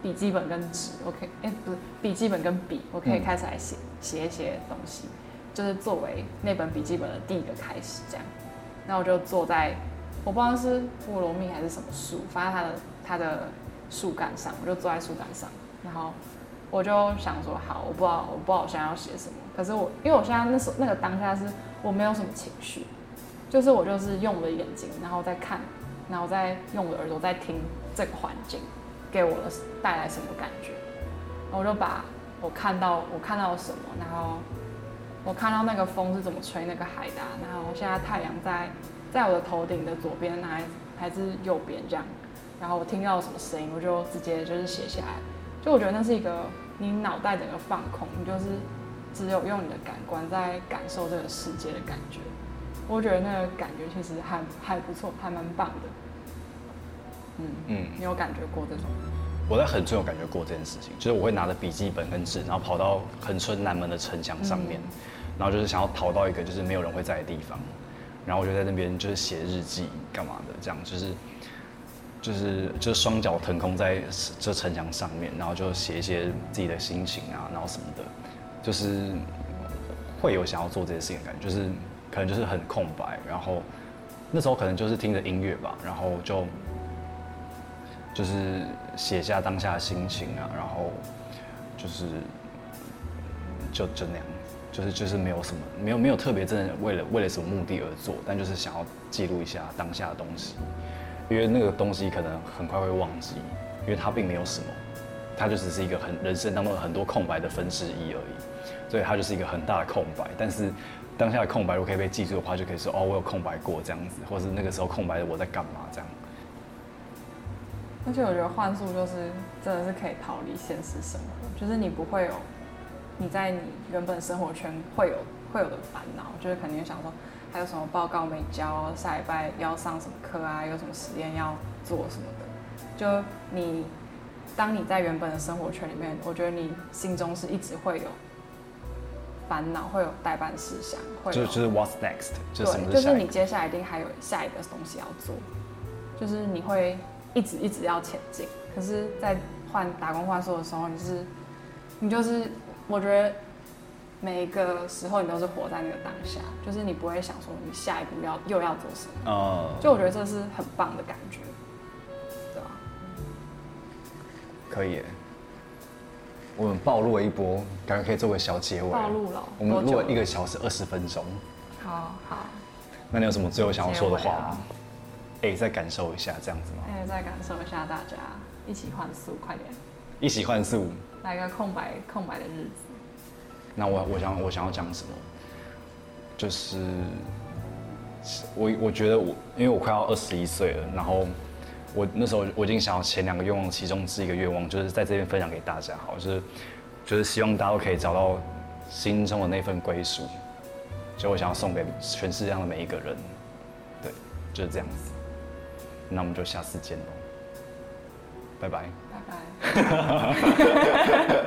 笔记本跟纸，我可以，不是笔记本跟笔，我可以开始来写一些东西，就是作为那本笔记本的第一个开始这样。然后我就坐在，我不知道是菠萝蜜还是什么树，放在它的树干上，我就坐在树干上，然后我就想说，好，我不知道我现在要写什么，可是因为我现在那个当下是我没有什么情绪，就是我就是用我的眼睛，然后再看，然后再用我的耳朵在听这个环境给我带来什么感觉，然后我就把我看到了什么，然后我看到那个风是怎么吹那个海的，然后现在太阳在我的头顶的左边还是右边这样，然后我听到什么声音，我就直接就是写下来。就我觉得那是一个你脑袋整个放空，你就是只有用你的感官在感受这个世界的感觉。我觉得那个感觉其实还不错，还蛮棒的。你有感觉过这种？ 我在恒春有感觉过这件事情，就是我会拿着笔记本跟纸，然后跑到恒春南门的城墙上面，然后就是想要逃到一个就是没有人会在的地方，然后我就在那边就是写日记干嘛的，这样就是双脚腾空在这城墙上面，然后就写一些自己的心情啊，然后什么的，就是会有想要做这些事情的感觉，就是可能就是很空白，然后那时候可能就是听着音乐吧，然后就是写下当下的心情啊，然后就是就那样，就是没有什么没有特别真的为了什么目的而做，但就是想要记录一下当下的东西，因为那个东西可能很快会忘记，因为它并没有什么，它就只是一个人生当中很多空白的分之一而已，所以它就是一个很大的空白，但是当下的空白如果可以被记住的话，就可以说哦，我有空白过这样子，或是那个时候空白的我在干嘛这样。 而且我觉得幻术就是真的是可以逃离现实生活，就是你不会有你在你原本生活圈会有的烦恼，就是可能会想说还有什么报告没交，下礼拜要上什么课啊，有什么实验要做什么的。就当你在原本的生活圈里面，我觉得你心中是一直会有烦恼，会有待办事项， 就是 what's next， 对，就是你接下来一定还有下一个东西要做，就是你会一直要前进。可是，在打工换宿的时候，你就是我觉得每一个时候你都是活在那个当下，就是你不会想说你下一步又要做什么。就我觉得这是很棒的感觉，对吧？ 可以耶。我们暴露了一波，感觉可以做个小结尾。 暴露了， 我们录了1个小时20分钟。 好。 那你有什么最后想要说的话吗？再感受一下这样子吗？ 再感受一下大家一起换宿，快点！ 一起换宿， 来个空白的日子。 那我想要讲什么？就是我觉得因为我快要21岁了，然后我那时候我已经想要前2个愿望其中之一个愿望，就是在这边分享给大家，好，就是希望大家都可以找到心中的那份归属，就我想要送给全世界上的每一个人，对，就是这样子。那我们就下次见喽，拜拜。 拜拜。